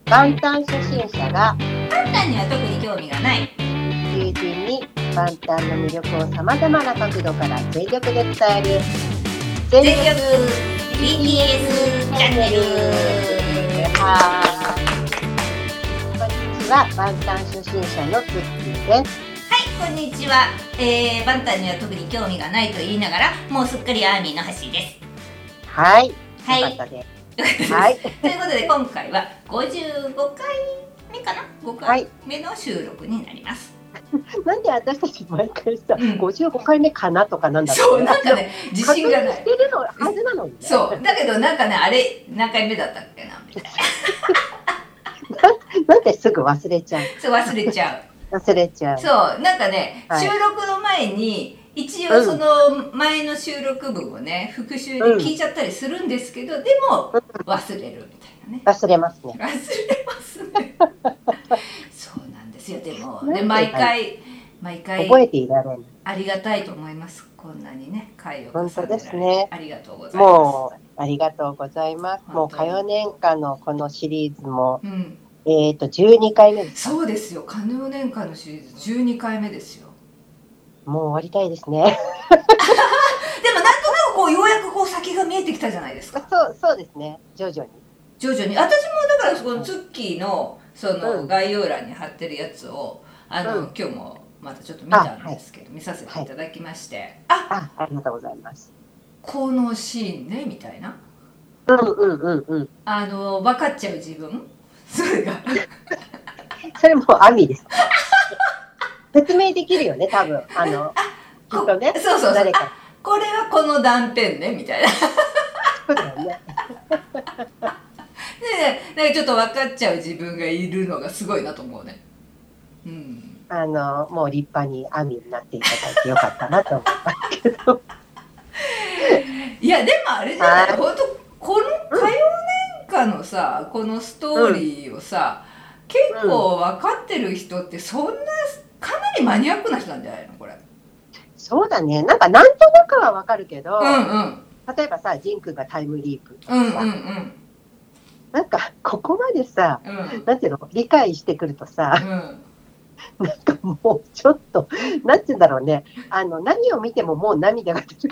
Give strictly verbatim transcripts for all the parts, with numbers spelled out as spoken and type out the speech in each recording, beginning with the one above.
万端初心者がパンタンには特に興味がない友人に万端の魅力をさまざまな角度から全力で伝える全力 ビーティーエス チャンネル。 はい、こんにちは。万端初心者のツッキーです。 はい、こんにちは。えー、バンタンには特に興味がないと言いながらもうすっかりアーミーの橋です。 はい、 はい、 よかったです。はい、 ということで今回はごじゅうごかいめかな、ごかいめの収録になります。 はい、なんで私たち毎回さ、うん、ごじゅうごかいめかなとかなんだろうね。そう、なんかね、自信がない。 確認してるのはずなのにね。 そう、だけどなんかね、あれ何回目だったっけなみたいな。なんですぐ忘れちゃう。 そう、忘れちゃう。 忘れちゃう。 そう、なんかね、はい、収録の前に一応その前の収録分をね、復習で聞いちゃったりするんですけど、うん、でも忘れるみたいなね。 忘れますね。 忘れますね。そうなんですよ。でもで毎回毎回覚えていられる。 ありがたいと思います。こんなにね、回を重ねられ本当ですね。 ありがとうございます。 もうありがとうございます。もう火曜年間のこのシリーズも、うん、えっとじゅうにかいめですか。 そうですよ。火曜年間のシリーズじゅうにかいめですよ。 もう終わりたいですね。 でもなんとなくこうようやくこう先が見えてきたじゃないですか。 そうそうですね。徐々に。 徐々に。私もだからそのツッキーのその概要欄に貼ってるやつを、うん、あの、うん、今日もまたちょっと見たんですけど、はい、見させていただきまして、はい、 ああ、ありがとうございます。 このシーンねみたいな。 うんうんうんうん。 あの分かっちゃう自分。それが。 それもアミです。説明できるよね、多分。あの、きっとね。 そうそうそう。誰か。これはこの断片ねみたいな。 そうだよね。 で、なんかちょっと分かっちゃう自分がいるのがすごいなと思うね。うん。 あのもう立派にアミになっていただいてよかったなと思いますけど。 いやでもあれじゃない。本当この火曜年間のさ、このストーリーをさ、うん、結構分かってる人ってそんなかなりマニアックな人なんじゃないのこれ。 そうだね。なんかなんとなくは分かるけど、 うんうん、 例えばさ、ジンくんがタイムリープとかさ、 うんうんうん、 なんかここまでさ、うん、なんていうの理解してくるとさ、うん、なんかもうちょっとなんていうんだろうね、あの何を見てももう涙が出る。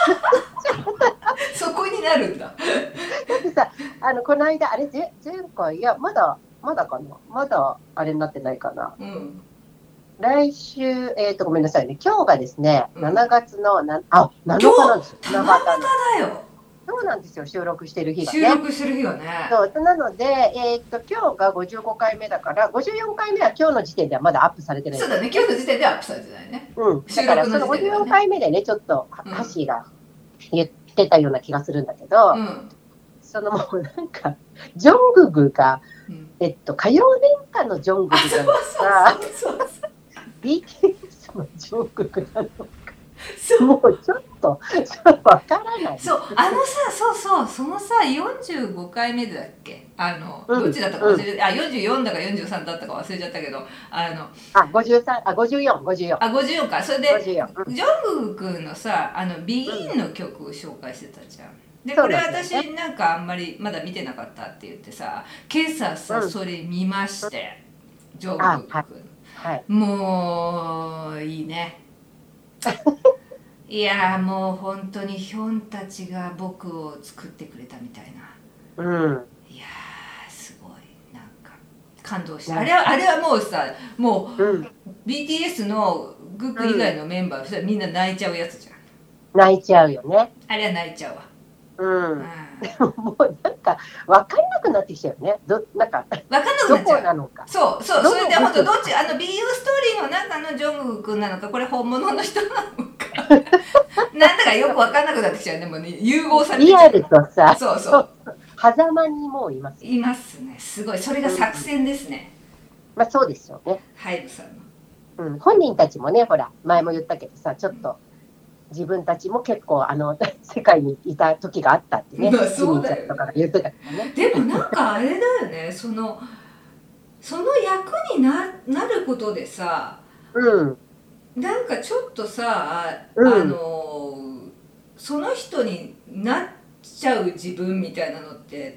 そこになるんだ。 だってさ、あのこの間あれ前回いやまだまだかな、まだあれになってないかな。うん、来週えっ、ー、とごめんなさいね。今日がですね、うん、しちがつのなあなのかなんですよ。 七夕だよ。 そうなんですよ。収録してる日がね。 収録してる日がね。 そうなので、えー、っと今日がごじゅうごかいめだから、ごじゅうよんかいめは今日の時点ではまだアップされてない。 そうだね。今日の時点ではアップされてないね。 うん。だからそのごじゅうよんかいめでね、ちょっとハッシーが言ってたような気がするんだけど、うん、そのもうなんかジョンググが、うん、えっと火曜年間のジョンググなのか、ビーティーエス のジョンググなのか。もうちょっとわからない。 そうあのさそうそうそのさよんじゅうごかいめだっけ、あの、うん、どっちだったか忘れて、うん、あよんじゅうよんだかよんじゅうさんだったか忘れちゃったけど、あのあごじゅうさんあごじゅうよん ごじゅうよんあごじゅうよんか。それで、 うん、ジョングク君のさあのビギンの曲を紹介してたじゃん。でこれ私なんかあんまりまだ見てなかったって言ってさ、今朝さ、うん、それ見まして、ジョングク君、はいはい、もういいね。いやもう本当にヒョンたちが僕を作ってくれたみたいな、うん、いやすごいなんか感動した、うん、あれはあれはもうさもう、うん、ビーティーエス のグク以外のメンバー、うん、みんな泣いちゃうやつじゃん。 泣いちゃうよね。 あれは泣いちゃうわ。 うん、でももうなんか分かんなくなってきちゃうよね。どなんか分かんなくなっちゃう。どこなのか。 そうそう、それで本当どっちあの ビーユー ストーリーの中のジョングク君なのか、これ本物の人なのかなんだかよく分かんなくなってきちゃうね。もうね融合されてリアルとさ、 そうそう狭間にもういます、 ね、いますね。すごいそれが作戦ですね。 うん、まあそうですよね。 ハイブさんの、 うん、本人たちもね、ほら前も言ったけどさ、ちょっと。うん自分たちも結構あの世界にいた時があったってね。 まあそうだよね。 とか言ってたからね。 でもなんかあれだよね。そのその役に な, なることでさ、うん、なんかちょっとさ、うん、あのその人になっちゃう自分みたいなのって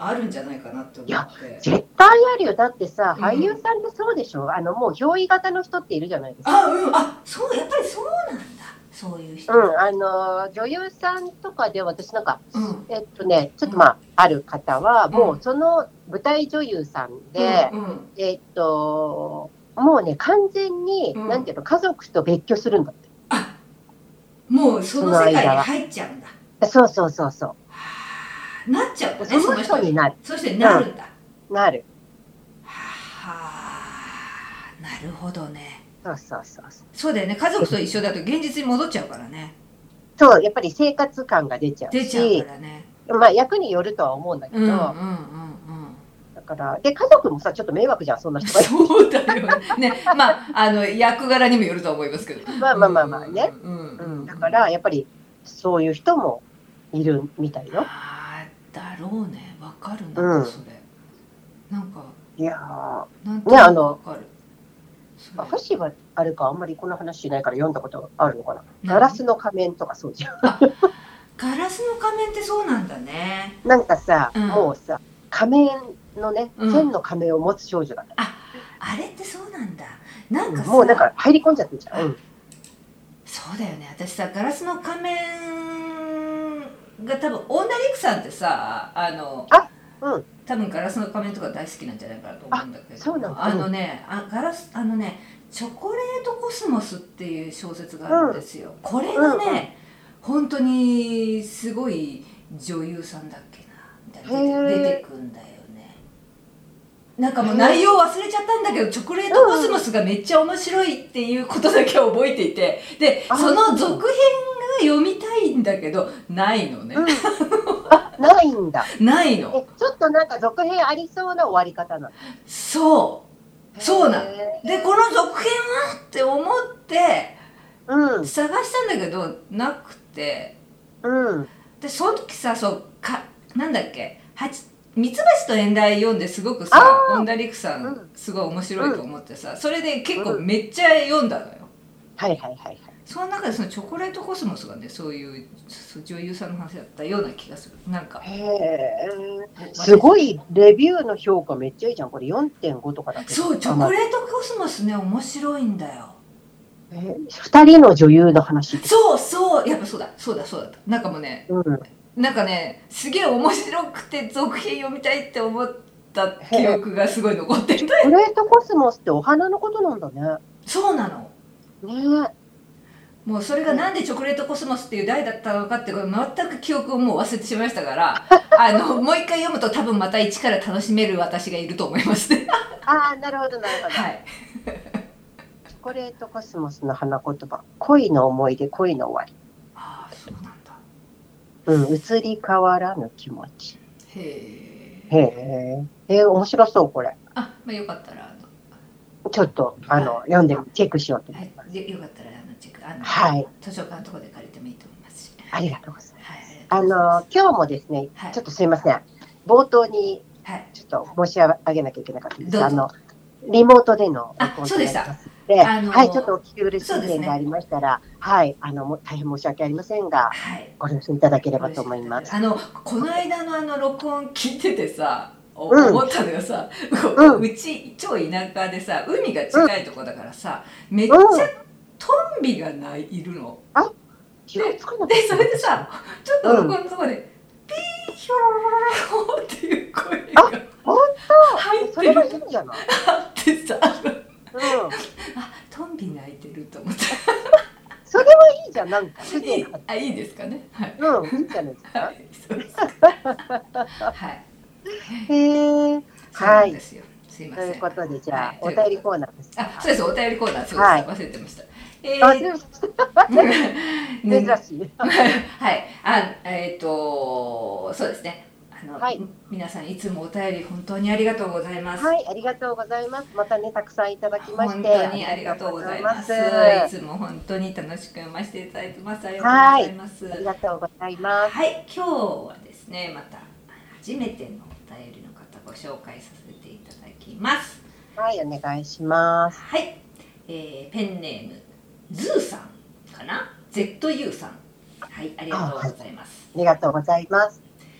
あるんじゃないかなって思って。いや絶対あるよ。だってさ、うん、俳優さんでそうでしょ。あのもう憑依型の人っているじゃないですか。 あ、うん、あ、そうやっぱりそうなんだ。そういう人。 うん、あの女優さんとかで私なんか、うん、えっとねちょっとまあ、うん、ある方はもうその舞台女優さんで、うんうん、えっともうね完全に、うん、なんていうの家族と別居するんだって。 あ、もうその世界に入っちゃうんだ。 そうそうそうそう。 なっちゃうんだね、 その人になる。 そしてなるんだ。 うん、なる。 はあ、なるほどね。 そうそうそうそう。そうだよね。家族と一緒だと現実に戻っちゃうからね。 そう、やっぱり生活感が出ちゃうし。 出ちゃうからね。 まあ役によるとは思うんだけど。うんうんうんうん。だからで家族もさちょっと迷惑じゃんそんな人がいる。 そうだよね。ね、まああの役柄にもよるとは思いますけど。 まあまあまあまあね。うん、うん、だからやっぱりそういう人もいるみたいよ。 ああ、だろうね。わかるな、うん、それ。なんか。 いやーね、あの橋はあれか、あんまりこの話しないから読んだことあるのかな。ガラスの仮面とかそうじゃん。 ガラスの仮面ってそうなんだね。 なんかさ、うん、もうさ仮面のね、うん、線の仮面を持つ少女だから。 あ、あれってそうなんだ。なんかさ、 もうなんか入り込んじゃってるじゃん。うん、 そうだよね。私さガラスの仮面が多分女陸さんってさあのあ、うん、 多分ガラスの仮面とか大好きなんじゃないかなと思うんだけど、そうなんだ。あのね、あガラスあのねチョコレートコスモスっていう小説があるんですよ。うん、これがね、うんうん、本当にすごい女優さんだっけな出て、出てくんだよね。なんかもう内容忘れちゃったんだけど、チョコレートコスモスがめっちゃ面白いっていうことだけ覚えていて、でその続編が読みたいんだけどないのね。うん、 あ、ないんだ。 ないの。 え、ちょっとなんか続編ありそうな終わり方なの。 そうそうなの。でこの続編はって思って探したんだけど、うん、なくて、うん、でその時さそうかなんだっけミツバチと遠雷読んですごくさ恩田陸さんすごい面白いと思ってさ、うん、それで結構めっちゃ読んだのよ。 はいはいはいはい。 その中でそのチョコレートコスモスがねそういう女優さんの話だったような気がする。なんかへえ、すごいレビューの評価めっちゃいいじゃん。これ よんてんご とかだけど。 そうチョコレートコスモスね面白いんだよ。 えー、ふたりの女優の話。 そうそうやっぱそうだそうだそうだった。なんかもうね、うん、なんかねすげえ面白くて続編読みたいって思った記憶がすごい残ってるんだよ。 チョコレートコスモスってお花のことなんだね。 そうなのね。 もうそれがなんでチョコレートコスモスっていう題だったのかって全く記憶をもう忘れてしまいましたからあのもう一回読むと多分また一から楽しめる私がいると思いますね。 ああなるほどなるほど。はい。チョコレートコスモスの花言葉恋の思い出恋の終わり。 ああそうなんだ。 うん移り変わらぬ気持ち。 へえ。へえ。えー、面白そうこれ。 あまあよかったらあのちょっとあの、はい、読んでチェックしようと思います。 はい、よかったらあのチェックあの、 はい、 図書館のところで借りてもいいと思いますし。 ありがとうございます。はい、あの今日もですね、はい、ちょっとすいません冒頭にちょっと申し上げなきゃいけなかったです。はい、あのリモートでの録音となりますので、あのー、はいちょっとお聞き苦しい点がありましたら、ね、はいあの大変申し訳ありませんが、はい、ご了承いただければと思います。 あのこの間のあの録音聞いててさ。思ったのがさ、うん、うち超田舎でさ海が近いとこだからさ、うん、めっちゃトンビがないいるの。 あで, でそれでさちょっと録音のところで、うん、ピーヒョロロロっていう声が入ってる。それはいいんじゃない？あってさ、うん、あトンビ鳴いてると思ってそれはいいじゃんなんかいいあいいですかね。はい。 うんいいじゃないですか。はい。 そうですはい。 へえ、 はい。すいません。 ということでじゃあ、はい、お便りコーナーです。 あ、そうです。お便りコーナーそうです、はい、忘れてました。 えー、珍しい。 はい。あ、えっ、ー、とそうですね。あの、はい、皆さんいつもお便り本当にありがとうございます。 はい、ありがとうございます。またねたくさんいただきまして本当にありがとうございます。いつも本当に楽しく読ませていただいてます。ありがとうございます。 ありがとうございます。 はい、今日はですねまた初めてのお便りの方ご紹介させていただきます。 はい、お願いします。 はい、えー、ペンネームズーさんかな ゼットユー さん。はい、ありがとうございます。 はい、ありがとうございます。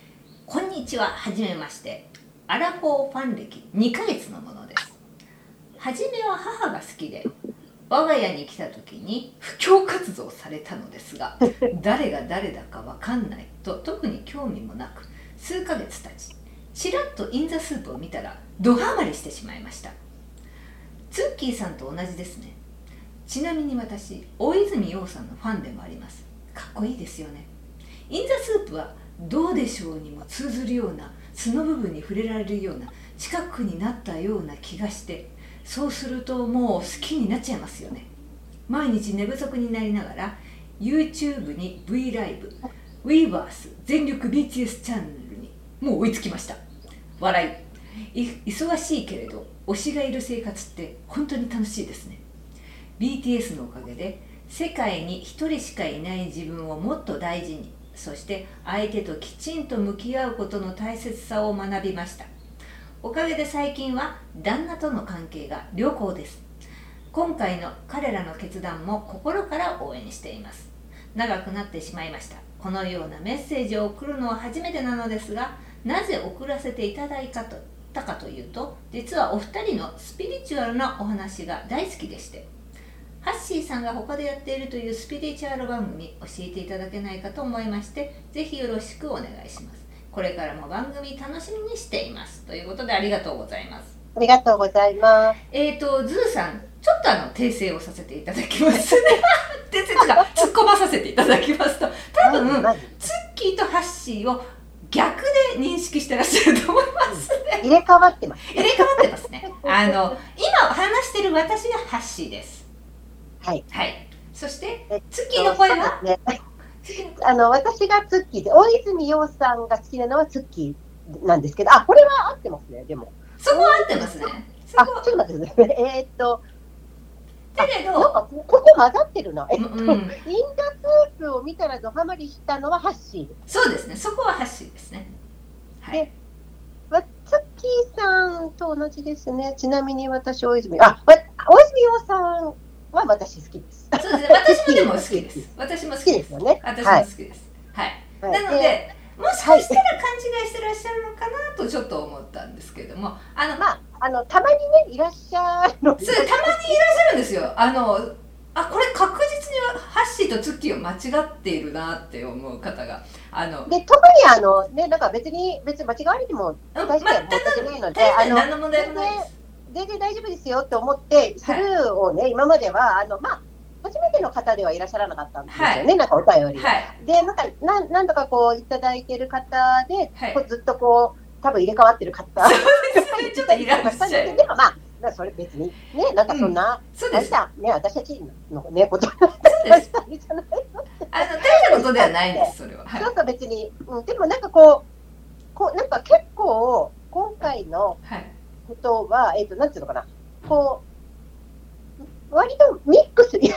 こんにちは、はじめまして。アラフォーファン歴にかげつのものです。はじめは母が好きで、我が家に来た時に布教活動されたのですが、誰が誰だかわかんないと特に興味もなく、数ヶ月経ち、ちらっとインザスープを見たらドハマりしてしまいました。ツッキーさんと同じですね。ちなみに私、大泉洋さんのファンでもあります。かっこいいですよね。インザスープはどうでしょうにも通ずるような、素の部分に触れられるような、近くになったような気がして、そうするともう好きになっちゃいますよね。毎日寝不足になりながら YouTube に V ライブ、Weverse 全力 ビーティーエス チャンネルにもう追いつきました。笑い。い忙しいけれど推しがいる生活って本当に楽しいですね。 ビーティーエス のおかげで世界に一人しかいない自分をもっと大事に、そして相手ときちんと向き合うことの大切さを学びました。おかげで最近は旦那との関係が良好です。今回の彼らの決断も心から応援しています。長くなってしまいました。このようなメッセージを送るのは初めてなのですが、なぜ送らせていただいたかというと、実はお二人のスピリチュアルなお話が大好きでして、ハッシーさんが他でやっているというスピリチュアル番組教えていただけないかと思いまして、ぜひよろしくお願いします。これからも番組楽しみにしていますということで、ありがとうございます。 ありがとうございます。 えっとズーさん、ちょっとあの訂正をさせていただきます訂正とか突っ込まさせていただきますと、多分ツッキーとハッシーを逆で認識してらっしゃると思いますね。 入れ替わってます。 入れ替わってますね。あの今話してる私がハッシーです。 はい。 はい。そしてツッキーの声は、 ね、あの私がツッキーで、大泉洋さんが好きなのはツッキーなんですけど、あ、これは合ってますね。でもそこは合ってますね。 あ、ちょっと待ってくださいね。えー、っとだけどなんかここ混ざってるな。えっと、うん、インダスープを見たらドハマりしたのはハッシーです。 そうですね。そこはハッシーですね。はい。 で、ツッキーさんと同じですね。ちなみに私、大泉、あ、大泉洋さんは私好きです。 そうですね。私もでも好きです。私も好きですよね。私も好きです。はい。はい、なので、もしかしたら勘違いしてらっしゃるのかなとちょっと思ったんですけれども、あの、 まあ、あのたまにねいらっしゃるの。 そう、たまにいらっしゃるんですよ。あの、あ、これ確実にハッシーとツッキーを間違っているなって思う方が、あので特にあのね、なんか別に別に間違われても大して問題ないので、あの何の問題もないです。 全然大丈夫ですよって思ってスルーをね、はい、今まではあのまあ初めての方ではいらっしゃらなかったんですよね、はい、なんかお便り、はい、でなんかな何度かこういただいてる方で、はい、こうずっとこう多分入れ替わってる方、 そうですね、ちょっといらっしゃる。 でもまあそれ別にね、なんかそんな、うん、 そうですね、私たちのねことそうですあの大したことではないです、それは。 そうそう別に、うん、でもなんかこうこうなんか結構今回のことは、はい、えっ、ー、となんていうのかな、こう割とミックスに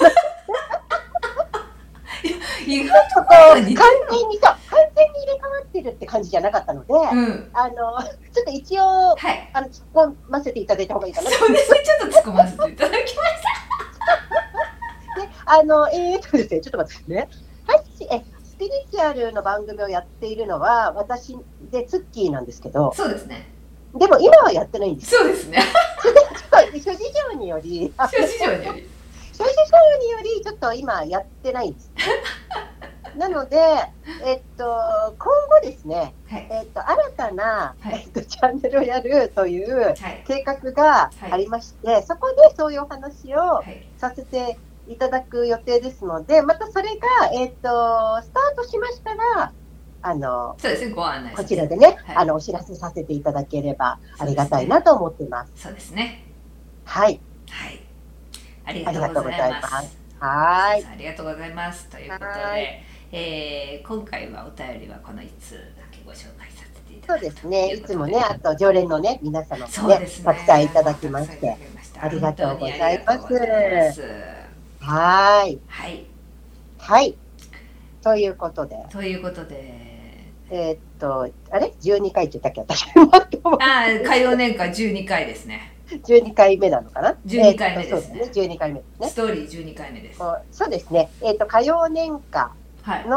意外とこう完全にさ完全に入れ替わってるって感じじゃなかったので、うん、あのちょっと一応、はい、あの突っ込ませていただいた方がいいかな。 そうですね、ちょっと突っ込ませていただきましたで、あのえー、っとですね、ちょっと待ってね、えスピリチュアルの番組をやっているのは私でツッキーなんですけど、 そうですね。 でも今はやってないんです。 そうですね。 諸事情により諸事情により諸事情によりちょっと今やってないんです。なので、えっと、今後ですね、はい、えっと、新たな、はい、えっと、チャンネルをやるという計画がありまして、はい、そこでそういうお話をさせていただく予定ですので、またそれが、えっと、スタートしましたら、あの、 そうですね、ご案内こちらでね、はい、あのお知らせさせていただければありがたいなと思っています。 そうですね。 はい。 はい。ありがとうございます。 はい。 ありがとうございます。ということで、えー、今回はお便りはこのいっつうだけご紹介させていただきます。 そうですね。いつもね、あと常連のね、皆様もね、ねたくさんいただきまして、ありがとうございます。はい。 はい。 はい。ということで。 ということで。 えー、っと、あれじゅうにかいって言ったっけ、私。 ああ、火曜年間じゅうにかいですね。 じゅうにかいめなのかな。 じゅうにかいめですね。 えー、そうですね。じゅうにかいめですね。 ストーリーじゅうにかいめです。 そうですね。えー、っと火曜年間の、はい、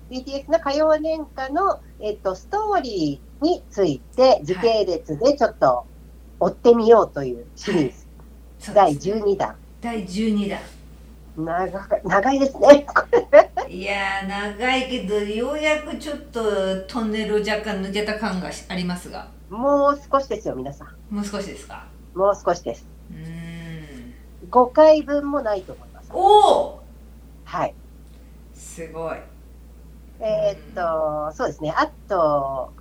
ビーティーエス の歌謡年歌の、えっと、ストーリーについて時系列でちょっと追ってみようというシリーズ、はい、だいじゅうにだん。 だいじゅうにだん。 長長いですね。 いやー長いけどようやくちょっとトンネル若干抜けた感がありますが、 もう少しですよ皆さん。 もう少しですか。 もう少しです。 うーんごかいぶんもないと思います。 おお、 はい、 すごい。 えー、っとそうですね、あと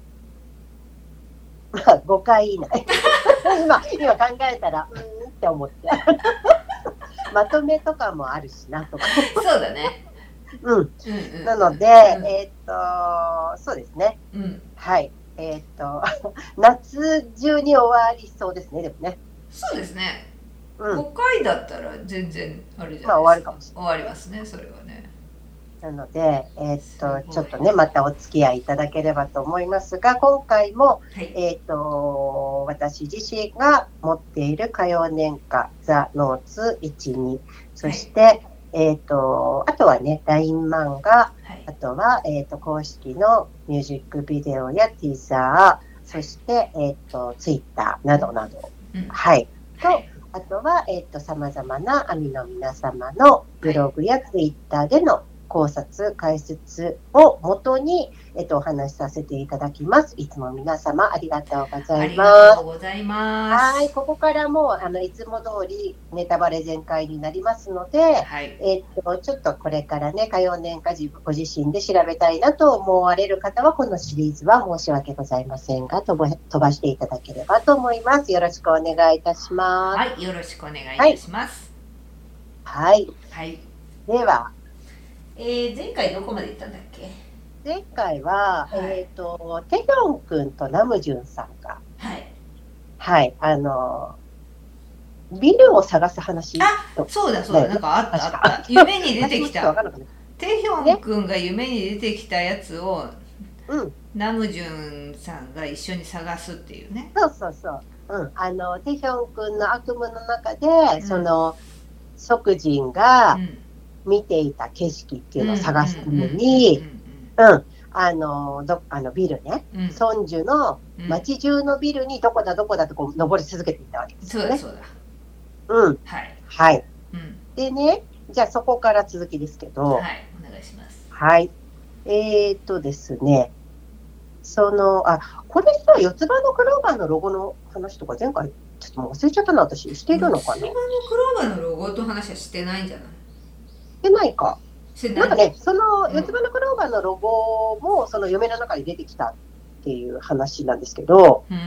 まあごかい以内今今考えたらうーんって思ってまとめとかもあるしなとかそうだね。 うん、うんうん、なので、うん、えー、っとそうですね、うん、はいえー、っと夏中に終わりそうですね。でもね、 そうですね、うん、ごかいだったら全然あれじゃないですか、 まあ、終わるかもしれない。 終わりますね、それはね。 なので、えー、っとちょっとねまたお付き合いいただければと思いますが、今回も、はい、えー、っと私自身が持っている歌謡年歌ザ・ノーツいち、に、そして、はい、えー、っとあとはね ライン 漫画、はい、あとは、えー、っと公式のミュージックビデオやティザー、そして、えー、っとツイッターなどなど、うん、はいと、はい、あとは、えー、っと様々なアミの皆様のブログやツイッターでの考察、解説をもとに、えっと、お話しさせていただきます。いつも皆様ありがとうございます。 ありがとうございます。 はい、ここからもあのいつも通りネタバレ全開になりますので、はい、えっとちょっとこれからね歌謡年歌ご自身で調べたいなと思われる方はこのシリーズは申し訳ございませんが飛ばしていただければと思います。よろしくお願いいたします。 はい、よろしくお願いいたします。 はい。 はい。 では。 えー、前回どこまで行ったんだっけ？ 前回は、はい、えっ、ー、とテヒョン君とナムジュンさんが、はい、はい、あのビルを探す話。 あ、そうだそうだ、なんかあったあった。夢に出てきた。テヒョン君が夢に出てきたやつを、うん、ナムジュンさんが一緒に探すっていうね。 そうそうそう。うん、あのテヒョン君の悪夢の中で、うん、その即人が、うん見ていた景色っていうのを探すために、うん、あの、ど、あのビルね、うん、ソンジュの街中のビルにどこだどこだとこう登り続けていたわけですよね。 そうだそうだ。 うん。はい。はい。うん、でね、じゃあそこから続きですけど、はい、 お願いします。 はい。えー、っとですね、その、あ、これさ、四つ葉のクローバーのロゴの話とか前回ちょっともう忘れちゃったな、私。してるのかな？ 四つ葉のクローバーのロゴと話はしてないんじゃない？ してないか。なんかね、その四つ葉のクローバーのロゴもその夢の中に出てきたっていう話なんですけど、うん、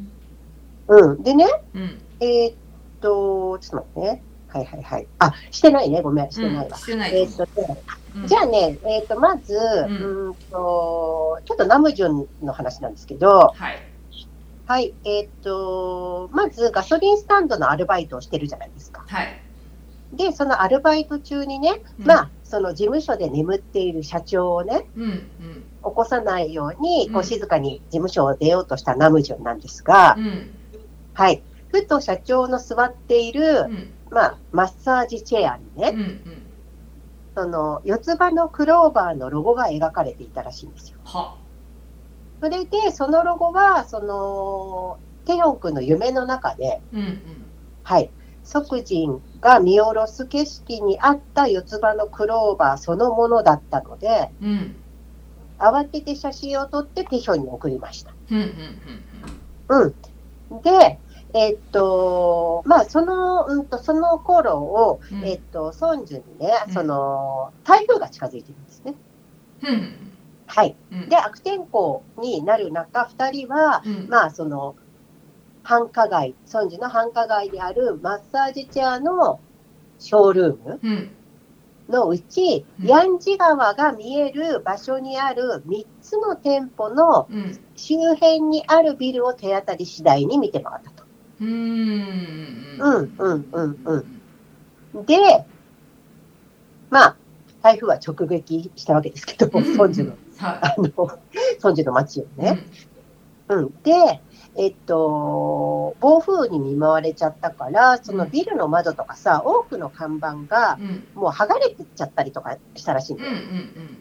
うん、でね、うん、えー、っと、ちょっと待ってね。はいはいはい。あ、してないね。ごめん、してないわ。 うん、してない。 えー、っとね、うん、じゃあね、えー、っと、まず、うん、うんと、ちょっとナムジュンの話なんですけど、はい。はい、えー、っと、まずガソリンスタンドのアルバイトをしてるじゃないですか。はい。で、そのアルバイト中にね、うん、まあ、その事務所で眠っている社長をね、うんうん、起こさないように、こう静かに事務所を出ようとしたナムジュンなんですが、うん、はい、ふと社長の座っている、うん、まあ、マッサージチェアにね、うんうん、その四つ葉のクローバーのロゴが描かれていたらしいんですよ。はそれで、そのロゴは、その、テヨン君の夢の中で、うんうん、はい、即人が見下ろす景色にあった四つ葉のクローバーそのものだったので、うん、慌てて写真を撮ってテヒョンに送りました。うんうんうんうん、で、えー、っとまあその、うん、とその頃を、うん、えー、っとソンジュにね、うん、その台風が近づいてるんですね。うんはい、うん、で悪天候になる中ふたりは、うん、まあその繁華街、ソンジュの繁華街であるマッサージチェアのショールームのうち、うん、ヤンジ川が見える場所にあるみっつの店舗の周辺にあるビルを手当たり次第に見て回ったと。うーんうんうんうんうん。で、まあ台風は直撃したわけですけど、ソンジュの、はい、あのソンジュの街をね。うん、うん、で。えっと、暴風に見舞われちゃったから、そのビルの窓とかさ、うん、多くの看板がもう剥がれてっちゃったりとかしたらしいんだよ。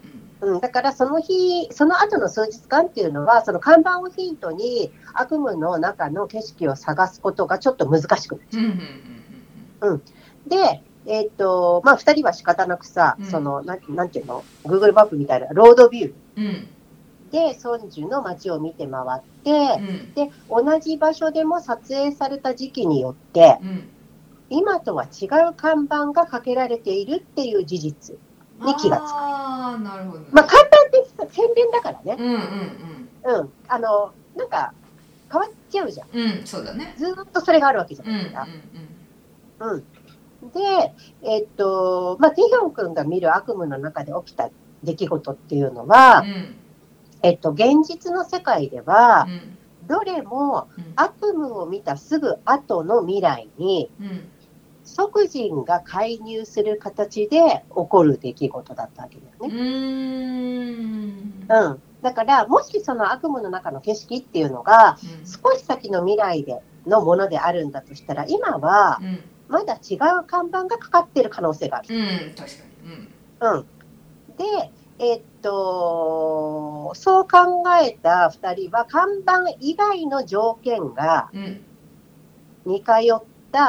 うん、だからその日、その後の数日間っていうのは、その看板をヒントに悪夢の中の景色を探すことがちょっと難しくなっちゃう。うん、で、えーとまあ、ふたりは仕方なくさ、うん、そのななんていうの Google マップみたいなロードビュー、うん、で孫樹の街を見て回って、うん、で同じ場所でも撮影された時期によって、うん、今とは違う看板がかけられているっていう事実に気がつく。 あー、なるほど、ね。 まあ、看板って宣伝だからね。 うんうんうん。 うん、あのなんか変わっちゃうじゃん。 うん、そうだね。 ずっとそれがあるわけじゃないですか。うん、うんうん、で、えっとまあ、テヒョン君が見る悪夢の中で起きた出来事っていうのは、うん、えっと、現実の世界では、うん、どれも悪夢を見たすぐ後の未来に、うん、即人が介入する形で起こる出来事だったわけだよね。うーん、うん、だからもしその悪夢の中の景色っていうのが、うん、少し先の未来でのものであるんだとしたら、今は、うん、まだ違う看板がかかっている可能性がある。 うん、確かに。 うん。うん、で、えー、っと、そう考えたふたりは、看板以外の条件が似通った、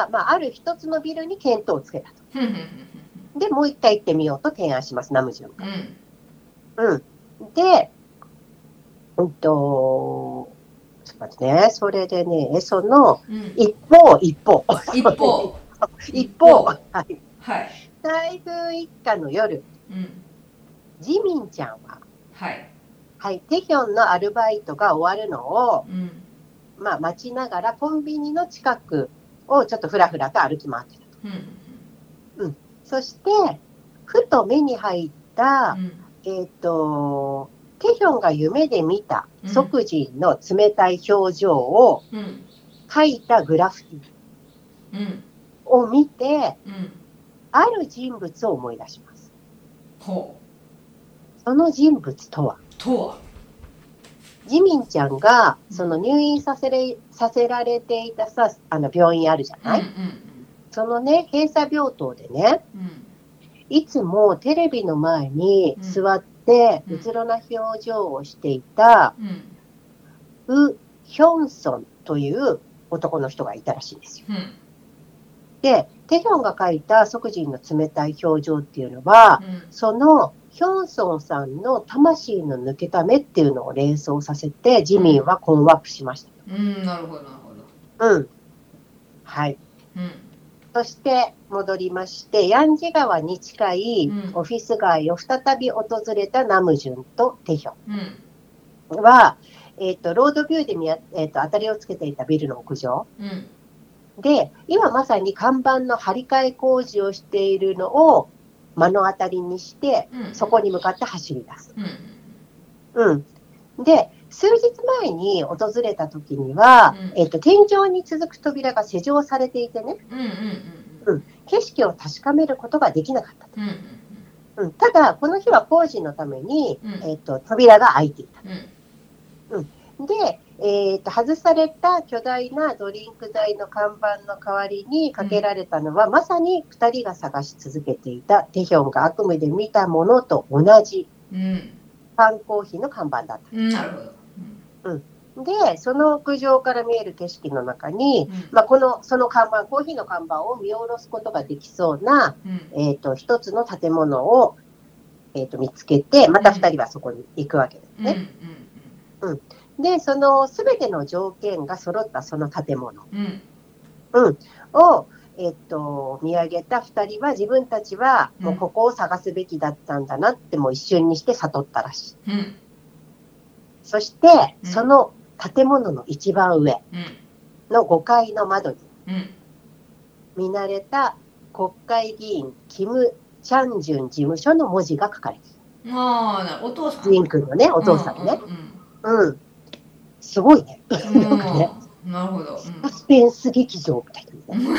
まあ、ある一つのビルに見当をつけたと。で、もう一回行ってみようと提案します、ナムジュンが。うん。うん。で、うんと、ちょっと待ってね、それでね、その、うん、一方、一方。 一方。 一方。はい。 はい。 台風一過の夜、うん、ジミンちゃんは、 はい。 はい、テヒョンのアルバイトが終わるのを、うん、まあ、待ちながらコンビニの近くをちょっとふらふらと歩き回ってたと。うんうん、そして、ふと目に入った、うん、えっと、テヒョンが夢で見た即人の冷たい表情を書いたグラフィティを見て、うんうん、ある人物を思い出します。 ほうその人物とはとはジミンちゃんがその入院させれ、させられていたさ、あの病院あるじゃない、うんうんうん、そのね、閉鎖病棟でね、うん、いつもテレビの前に座ってうつろな表情をしていた、うん、ウ・ヒョンソンという男の人がいたらしいんですよ。うん、で、テヒョンが描いた即人の冷たい表情っていうのは、うん、そのヒョンソンさんの魂の抜けた目っていうのを連想させて、ジミンは困惑しました。 うん、うん、なるほど、なるほど。うん。はい。うん、そして戻りまして、ヤンジ川に近いオフィス街を再び訪れたナムジュンとテヒョンは、うん、えっと、ロードビューで見、えーと、当たりをつけていたビルの屋上。うんで、今まさに看板の張り替え工事をしているのを目の当たりにして、うん、そこに向かって走り出す。うん。うん、で、数日前に訪れた時には、うん、えっと、天井に続く扉が施錠されていてね、うんうんうんうん、景色を確かめることができなかったと。うんうんうん、ただ、この日は工事のために、うん、えっと、扉が開いていた。うんうん、で、えー、と外された巨大なドリンク剤の看板の代わりにかけられたのは、うん、まさにふたりが探し続けていたテヒョンが悪夢で見たものと同じ缶コーヒーの看板だった。 うん、なるほど。 うん、で、その屋上から見える景色の中に、うんまあ、このその看板、コーヒーの看板を見下ろすことができそうな、うんえー、と一つの建物を、えー、と見つけて、またふたりはそこに行くわけですね。うん、うんうんで、そのすべての条件が揃ったその建物、うんうん、を、えっと、見上げたふたりは自分たちはもうここを探すべきだったんだなってもう一瞬にして悟ったらしい。うん、そして、うん、その建物の一番上のごかいの窓に、うん、見慣れた国会議員キム・チャンジュン事務所の文字が書かれている。 ああ、お父さん。 ジン君のね、お父さんね。うん、うんうんすごいね。なんかね。 なるほど。 サスペンス劇場みたいな、ね。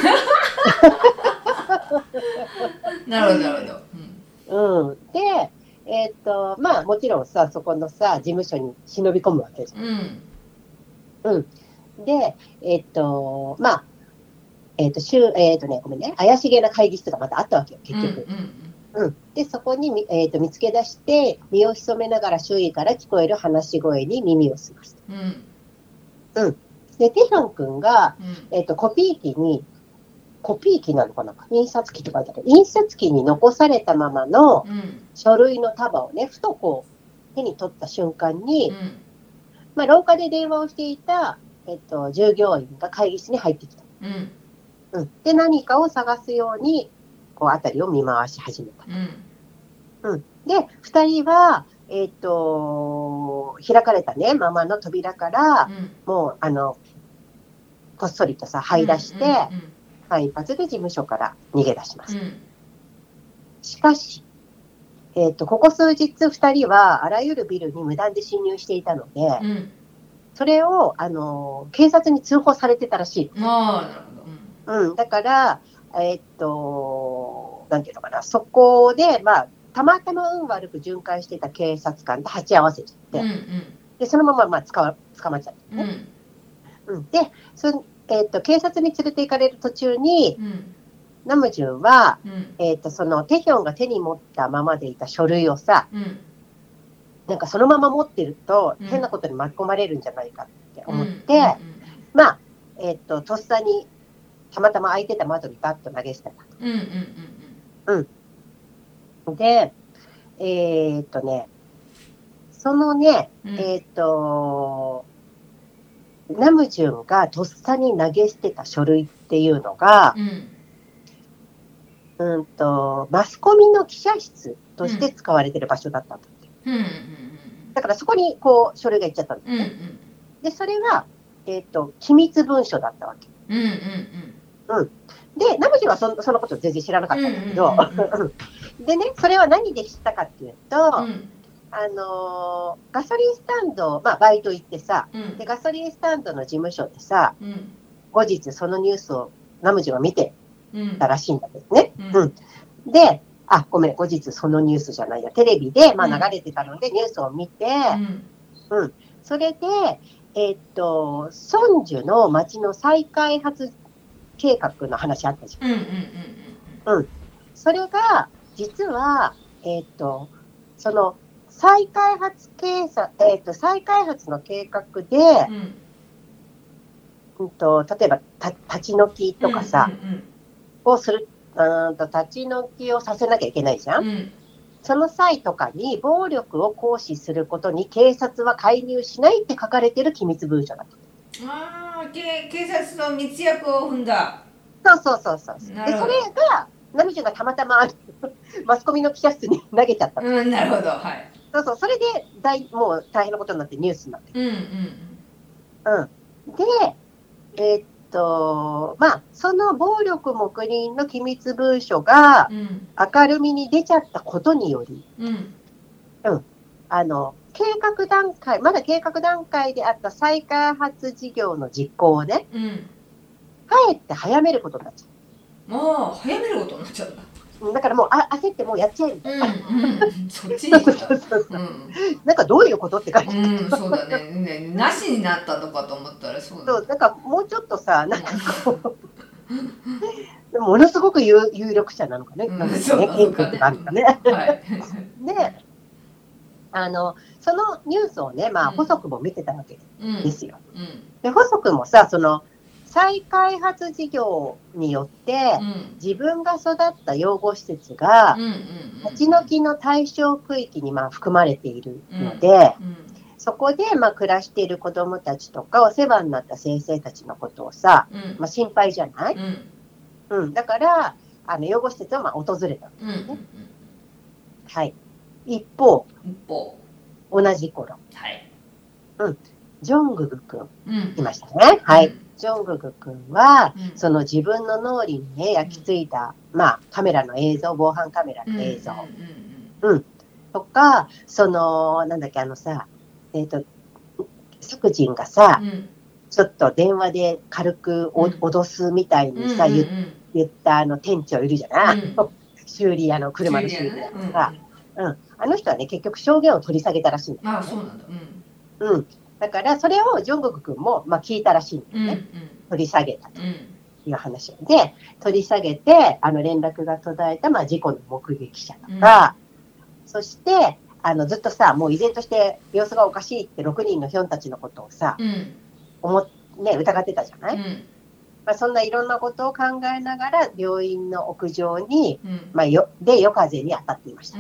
なるほど、なるほど。うん。で、えっと、まあもちろんさ、そこのさ、事務所に忍び込むわけですよ。うん。うん。で、えっと、まあ、えっと、週、えっとね、ごめんね、怪しげな会議室がまたあったわけよ、結局。うん、 うん、でそこに、えー、と見つけ出して身を潜めながら周囲から聞こえる話し声に耳を澄ます。うんうん、でテヒョン君が、うんえー、とコピー機にコピー機なのかな印刷機とかだけど印刷機に残されたままの書類の束をねふとこう手に取った瞬間に、うんまあ、廊下で電話をしていた、えー、と従業員が会議室に入ってきた。うんうん、で何かを探すようにこう辺りを見回し始めた。うんうん、でふたりは、えー、と開かれた、ね、ままの扉から、うん、もうあのこっそりとさ這い出して、うんうんうん、間一髪で事務所から逃げ出します。うん、しかし、えー、とここ数日ふたりはあらゆるビルに無断で侵入していたので、うん、それをあの警察に通報されてたらしい。あーなるほど、うんうん、だからえー、っとなんていうのかなそこで、まあ、たまたま運悪く巡回してた警察官と鉢合わせちゃって、うんうん、でそのまま、まあ、捕, 捕まっちゃったね、うんうん、でそ、えー、っと警察に連れて行かれる途中に、うん、ナムジュンは、うんえー、っとそのテヒョンが手に持ったままでいた書類をさ、うん、なんかそのまま持ってると、うん、変なことに巻き込まれるんじゃないかって思って、うんうんうん、まあ、えー、っととっさにたまたま空いてた窓にバッと投げ捨てた。うんうんうんうん。で、えー、っとね、そのね、うん、えー、っと、ナムジュンがとっさに投げ捨てた書類っていうのが、うん、うんとマスコミの記者室として使われてる場所だったんだって。うんうんうん、だからそこにこう書類が行っちゃったんだよね。うんうん、で、それは、えー、っと機密文書だったわけ。うんうんうん。うんで、ナムジュンは そ, そのこと全然知らなかったんだけど、うんうんうん、でね、それは何で知ったかっていうと、うん、あのー、ガソリンスタンド、まあ、バイト行ってさ、うん、でガソリンスタンドの事務所でさ、うん、後日そのニュースをナムジュンは見てたらしいんだけどね。うんうん、で、あ、ごめん、後日そのニュースじゃないや、テレビで、まあ、流れてたので、ニュースを見て、うんうん、それで、えー、っと、ソンジュの町の再開発計画の話あったじゃん。うんうんうんうん。うん。それが実はえっ、ー、とその再開発計算えっ、ー、と再開発の計画で、うんうんと例えばた立ち退きとかさ、うんうんうん、をするうんと立ち退きをさせなきゃいけないじゃん。うん、その際とかに暴力を行使することに警察は介入しないって書かれてる機密文書だと。 ああ、警察の密約を踏んだ。 そうそうそうそう。で、それが、ナムジュンがたまたまマスコミの記者室に投げちゃった。 うん、なるほど。はい。 そうそう、それで大、もう大変なことになってニュースになってる。うんうん。うん。で、えー、っと、まあ、その暴力黙認の機密文書が明るみに出ちゃったことにより、うん。うん。あの、計画段階、まだ計画段階であった再開発事業の実行をね、うん。かえって早めることになっちゃう。もう早めることになっちゃうんだ。 だからもうあ焦ってもうやっちゃえみたいな。 うんうん、そっちに。そうそうそう。 うん、なんかどういうことって感じ。 うん、そうだね。ね、なしになったのかと思ったらそうだ。 そう、なんかもうちょっとさ、なんかこう、ものすごく有有力者なのかね。なんですかね。権力があるかね。はい。で、あのそのニュースをね、まあ、細くも見てたわけですよ。うんうん、で細くもさ、その再開発事業によって、うん、自分が育った養護施設が立ち退きの対象区域にまあ含まれているので、うんうん、そこでまあ暮らしている子どもたちとかお世話になった先生たちのことをさ、うんまあ、心配じゃない、うんうん、だからあの養護施設をまあ訪れたんですね。うんうん、はい、一方、 一方同じ頃、 はいうん、ジョングク君、うん、いましたね。はい。うん、ジョングク君は、うん、その自分の脳裏にね、焼き付いた、うん、まあ、カメラの映像、防犯カメラの映像、うん、うんうん、とか、その、なんだっけ、あのさ、えっと、ソクジンがさ、うん、ちょっと電話で軽くお、うん、脅すみたいにさ、うんうんうん、言ったあの店長いるじゃない、うん、修理屋の、車の修理屋のさ、うんうん、あの人はね、結局証言を取り下げたらしいんだよね。 ああ、そうなんだ。うん。 うん。だからそれをジョングク君も、まあ、聞いたらしいんだよね、うんうん、取り下げたと、うんいう話で取り下げて、あの連絡が途絶えた、まあ、事故の目撃者とか、うん、そしてあのずっとさ、もう依然として様子がおかしいってろくにんのヒョンたちのことをさ、うん、思ね、疑ってたじゃない、うん、まあ、そんないろんなことを考えながら病院の屋上に、うん、まあ、よで夜風に当たっていました、うん、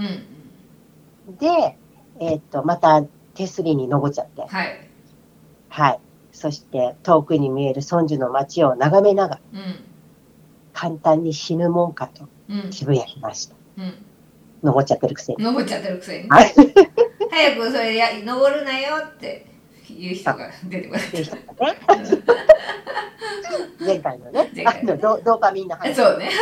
で、えー、っとまた手すりに登っちゃって、はい、はい、そして遠くに見えるソンジュの街を眺めながら、うん、簡単に死ぬもんかとつぶやきました、うんうん、登っちゃってるくせに登っちゃってるくせに早くそれや登るなよっていう人が出てこない、ね、 前回のね、あの ド, ドーパミンの話、 そうね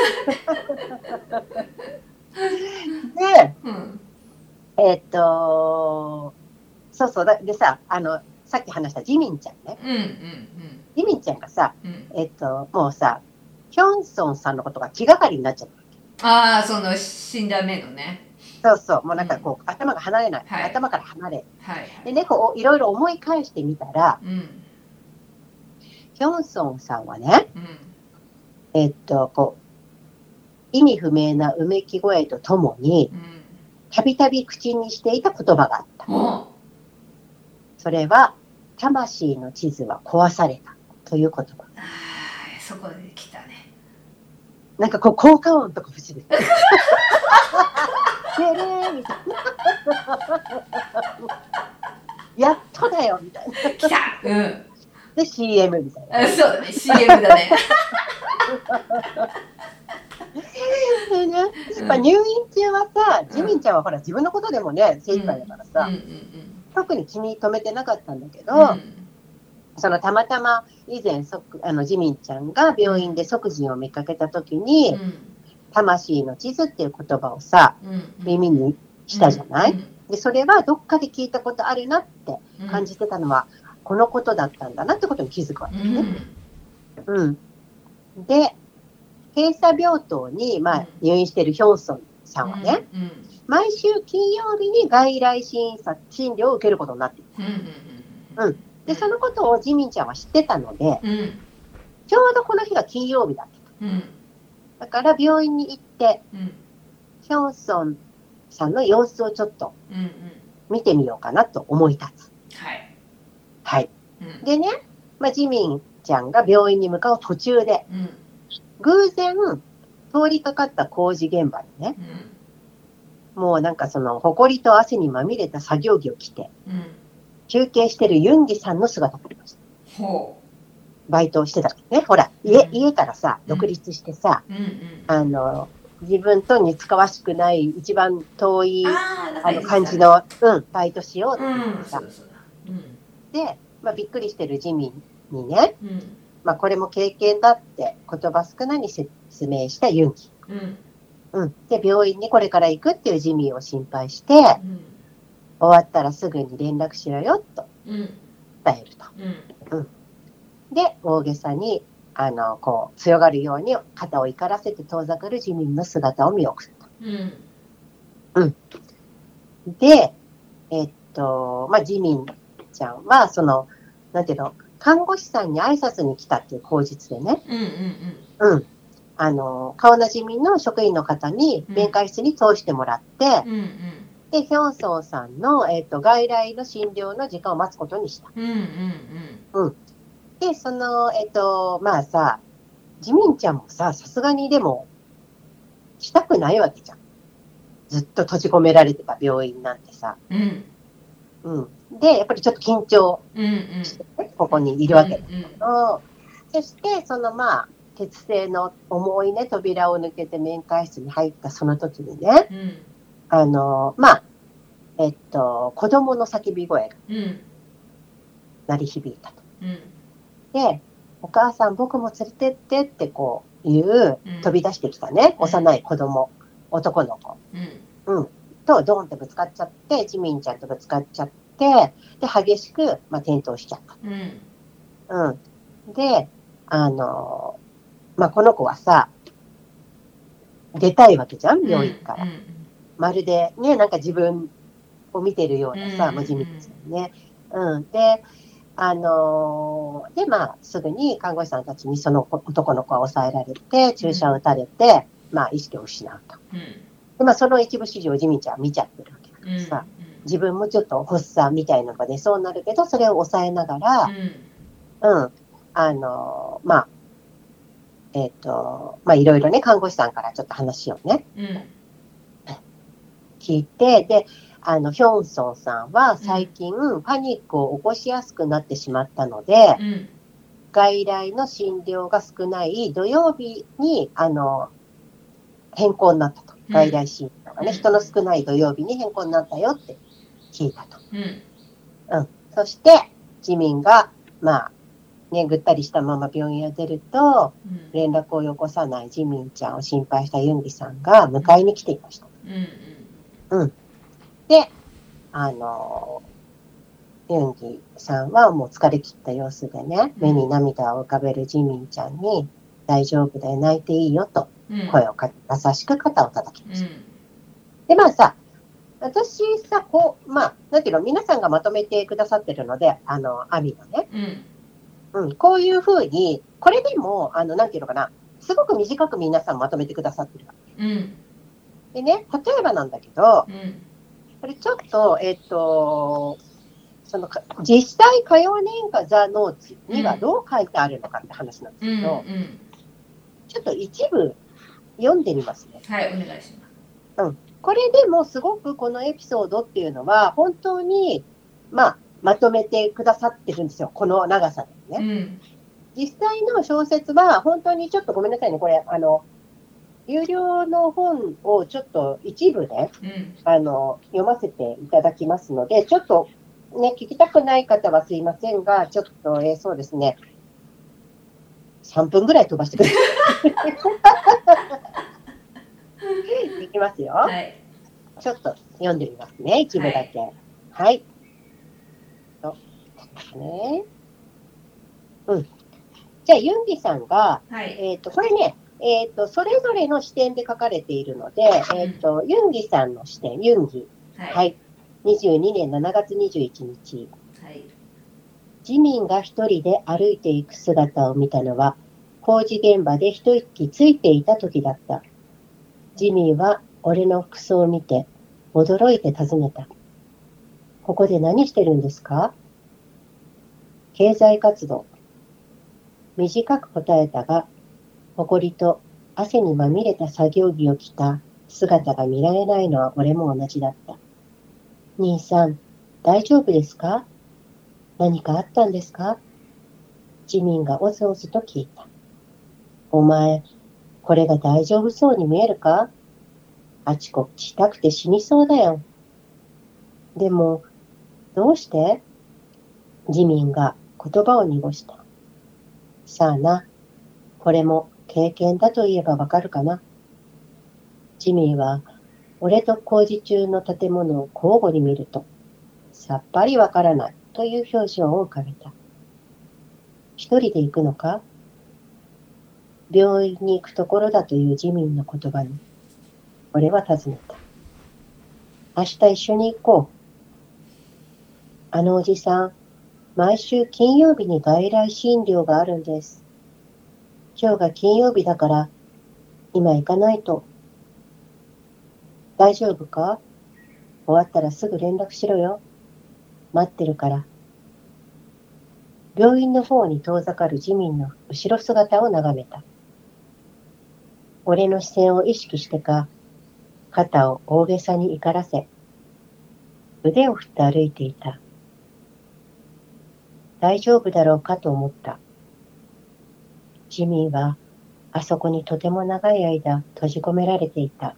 で、うん、えー、っとそうそうだでさ、あのさっき話したジミンちゃんね、うんうんうん、ジミンちゃんがさ、うん、えー、っともうさヒョンソンさんのことが気がかりになっちゃった。 ああ、その死んだ目のね。 そうそう、もうなんかこう、うん、頭が離れない、はい、頭から離れ、はい、でね、こういろいろ思い返してみたら、うん、ヒョンソンさんはね、うん、えー、っとこう意味不明なうめき声とともにたびたび口にしていた言葉があった、うん、それは魂の地図は壊されたという言葉。 ああ、そこで来たね。 なんかこう効果音とか欲しいですねねれみたいなやっとだよみたいな来た、うん、 で シーエム みたいな。 あ、そうだね、 シーエム だねでね、まあ、入院中はさ、うん、ジミンちゃんはほら自分のことでもね精一杯だからさ、うんうんうんうん、特に気に留めてなかったんだけど、うん、そのたまたま以前あのジミンちゃんが病院で即人を見かけた時に、うん、魂の地図っていう言葉をさ、うん、耳にしたじゃない、うん、でそれはどっかで聞いたことあるなって感じてたのは、うん、このことだったんだなってことに気づくわけね、うんうん、で閉鎖病棟に、まあ、入院しているヒョンソンさんはね、うんうん、毎週金曜日に外来診察診療を受けることになっていた、うんうん、でそのことをジミンちゃんは知ってたので、うん、ちょうどこの日が金曜日だった、うん、だから病院に行って、うん、ヒョンソンさんの様子をちょっと見てみようかなと思い立つ、はい、はい、うん、でね、まあ、ジミンちゃんが病院に向かう途中で、うん、偶然通りかかった工事現場にね、うん、もうなんかその埃と汗にまみれた作業着を着て、うん、休憩してるユンギさんの姿がありました。ほう、バイトをしてたからね、ほら、うん、家, 家からさ独立してさ、うんうん、あの自分と似つかわしくない一番遠い あ, あの感じの、うん、バイトしようって言ってさ、うんうん、で、まあ、びっくりしてるジミンにね、うん、まあ、これも経験だって言葉少なに説明したユンギ、うんうん、で病院にこれから行くっていうジミンを心配して、うん、終わったらすぐに連絡しろよと伝えると、うんうん、で大げさにあのこう強がるように肩を怒らせて遠ざかるジミンの姿を見送った、うんうん、でえっとまあジミンちゃんはそのなんていうの看護師さんに挨拶に来たっていう口実でね、うんうんうん、あの顔なじみの職員の方に面会室に通してもらって、うんうん、でヒョンソンさんの、えっと、外来の診療の時間を待つことにした、うんうんうんうん、でそのえっとまあさジミンちゃんもささすがにでもしたくないわけじゃん、ずっと閉じ込められてた病院なんてさ、うんうん、でやっぱりちょっと緊張して、ね、うんうん、ここにいるわけだけど、うんうん、そしてそのまあ鉄製の重いね扉を抜けて面会室に入ったその時にね、うん、あのまあえっと子供の叫び声が鳴り響いたと、うん、でお母さん僕も連れてってってこういう、うん、飛び出してきたね幼い子供、うん、男の子、うんうん、とドーンってぶつかっちゃってジミンちゃんとぶつかっちゃってで激しく、まあ、転倒しちゃった、うんうん、であのまあ、この子はさ出たいわけじゃん病院から、うんうん、まるでねなんか自分を見てるようなさ、うんうん、ジミンちゃんね、うん、であのー、で、まあ、すぐに看護師さんたちにその男の子は抑えられて、注射を打たれて、うん、まあ、意識を失うと。うん、で、まあ、その一部始終をジミンちゃんは見ちゃってるわけだからさ、うんうん、自分もちょっと発作みたいなのが出そうになるけど、それを抑えながら、うん、うん、あのー、まあ、えっと、まあ、いろいろね、看護師さんからちょっと話をね、うん、聞いて、で、あの、ヒョンソンさんは最近、うん、パニックを起こしやすくなってしまったので、うん、外来の診療が少ない土曜日に、あの、変更になったと。うん、外来診療がね、うん、人の少ない土曜日に変更になったよって聞いたと。うん。うん、そして、自民が、まあ、ね、ぐったりしたまま病院を出ると、うん、連絡をよこさないジミンちゃんを心配したユンギさんが迎えに来ていました。うん。うん、で、あの、ユンギさんはもう疲れ切った様子でね、目に涙を浮かべるジミンちゃんに、大丈夫だよ、泣いていいよと、声をかけ、優しく肩を叩きました。うん、で、まあさ、私さ、こう、まあ、なんていうの、皆さんがまとめてくださってるので、あの、アミのね、うん、うん、こういうふうに、これでも、あの、なんていうのかな、すごく短く皆さんまとめてくださってるわけ。うん、でね、例えばなんだけど、うん、これちょっと、えっと、その実際火曜年間ザ・ノーツにはどう書いてあるのかって話なんですけど、うんうん、ちょっと一部読んでみますね。 はい、お願いします。 うん、これでもすごくこのエピソードっていうのは本当に、まあ、まとめてくださってるんですよ、この長さでね。うん、実際の小説は本当にちょっとごめんなさいね、これあの有料の本をちょっと一部で、うん、あの読ませていただきますので、ちょっとね、聞きたくない方はすいませんが、ちょっと、えー、そうですね、さんぷんぐらい飛ばしてください。いきますよ、はい。ちょっと読んでみますね、一部だけ。はい。はい。とですね。うん。じゃあ、ユンギさんが、はい、えっと、これね、えっと、それぞれの視点で書かれているので、うん、えっと、ユンギさんの視点、ユンギ。はい。はい、にじゅうにねんしちがつにじゅういちにち。はい。ジミンが一人で歩いていく姿を見たのは、工事現場で一息ついていた時だった。ジミンは俺の服装を見て、驚いて尋ねた。ここで何してるんですか？経済活動。短く答えたが、埃と汗にまみれた作業着を着た姿が見られないのは俺も同じだった。兄さん、大丈夫ですか？何かあったんですか？ジミンがおずおずと聞いた。お前、これが大丈夫そうに見えるか？あちこち痛くて死にそうだよ。でも、どうして？ジミンが言葉を濁した。さあな、これも経験だと言えばわかるかな。ジミンは、俺と工事中の建物を交互に見ると、さっぱりわからないという表情を浮かべた。一人で行くのか？病院に行くところだというジミンの言葉に、俺は尋ねた。明日一緒に行こう。あのおじさん、毎週金曜日に外来診療があるんです。今日が金曜日だから、今行かないと。大丈夫か？終わったらすぐ連絡しろよ。待ってるから。病院の方に遠ざかるジミンの後ろ姿を眺めた。俺の視線を意識してか、肩を大げさに怒らせ、腕を振って歩いていた。大丈夫だろうかと思った。ジミーはあそこにとても長い間閉じ込められていた。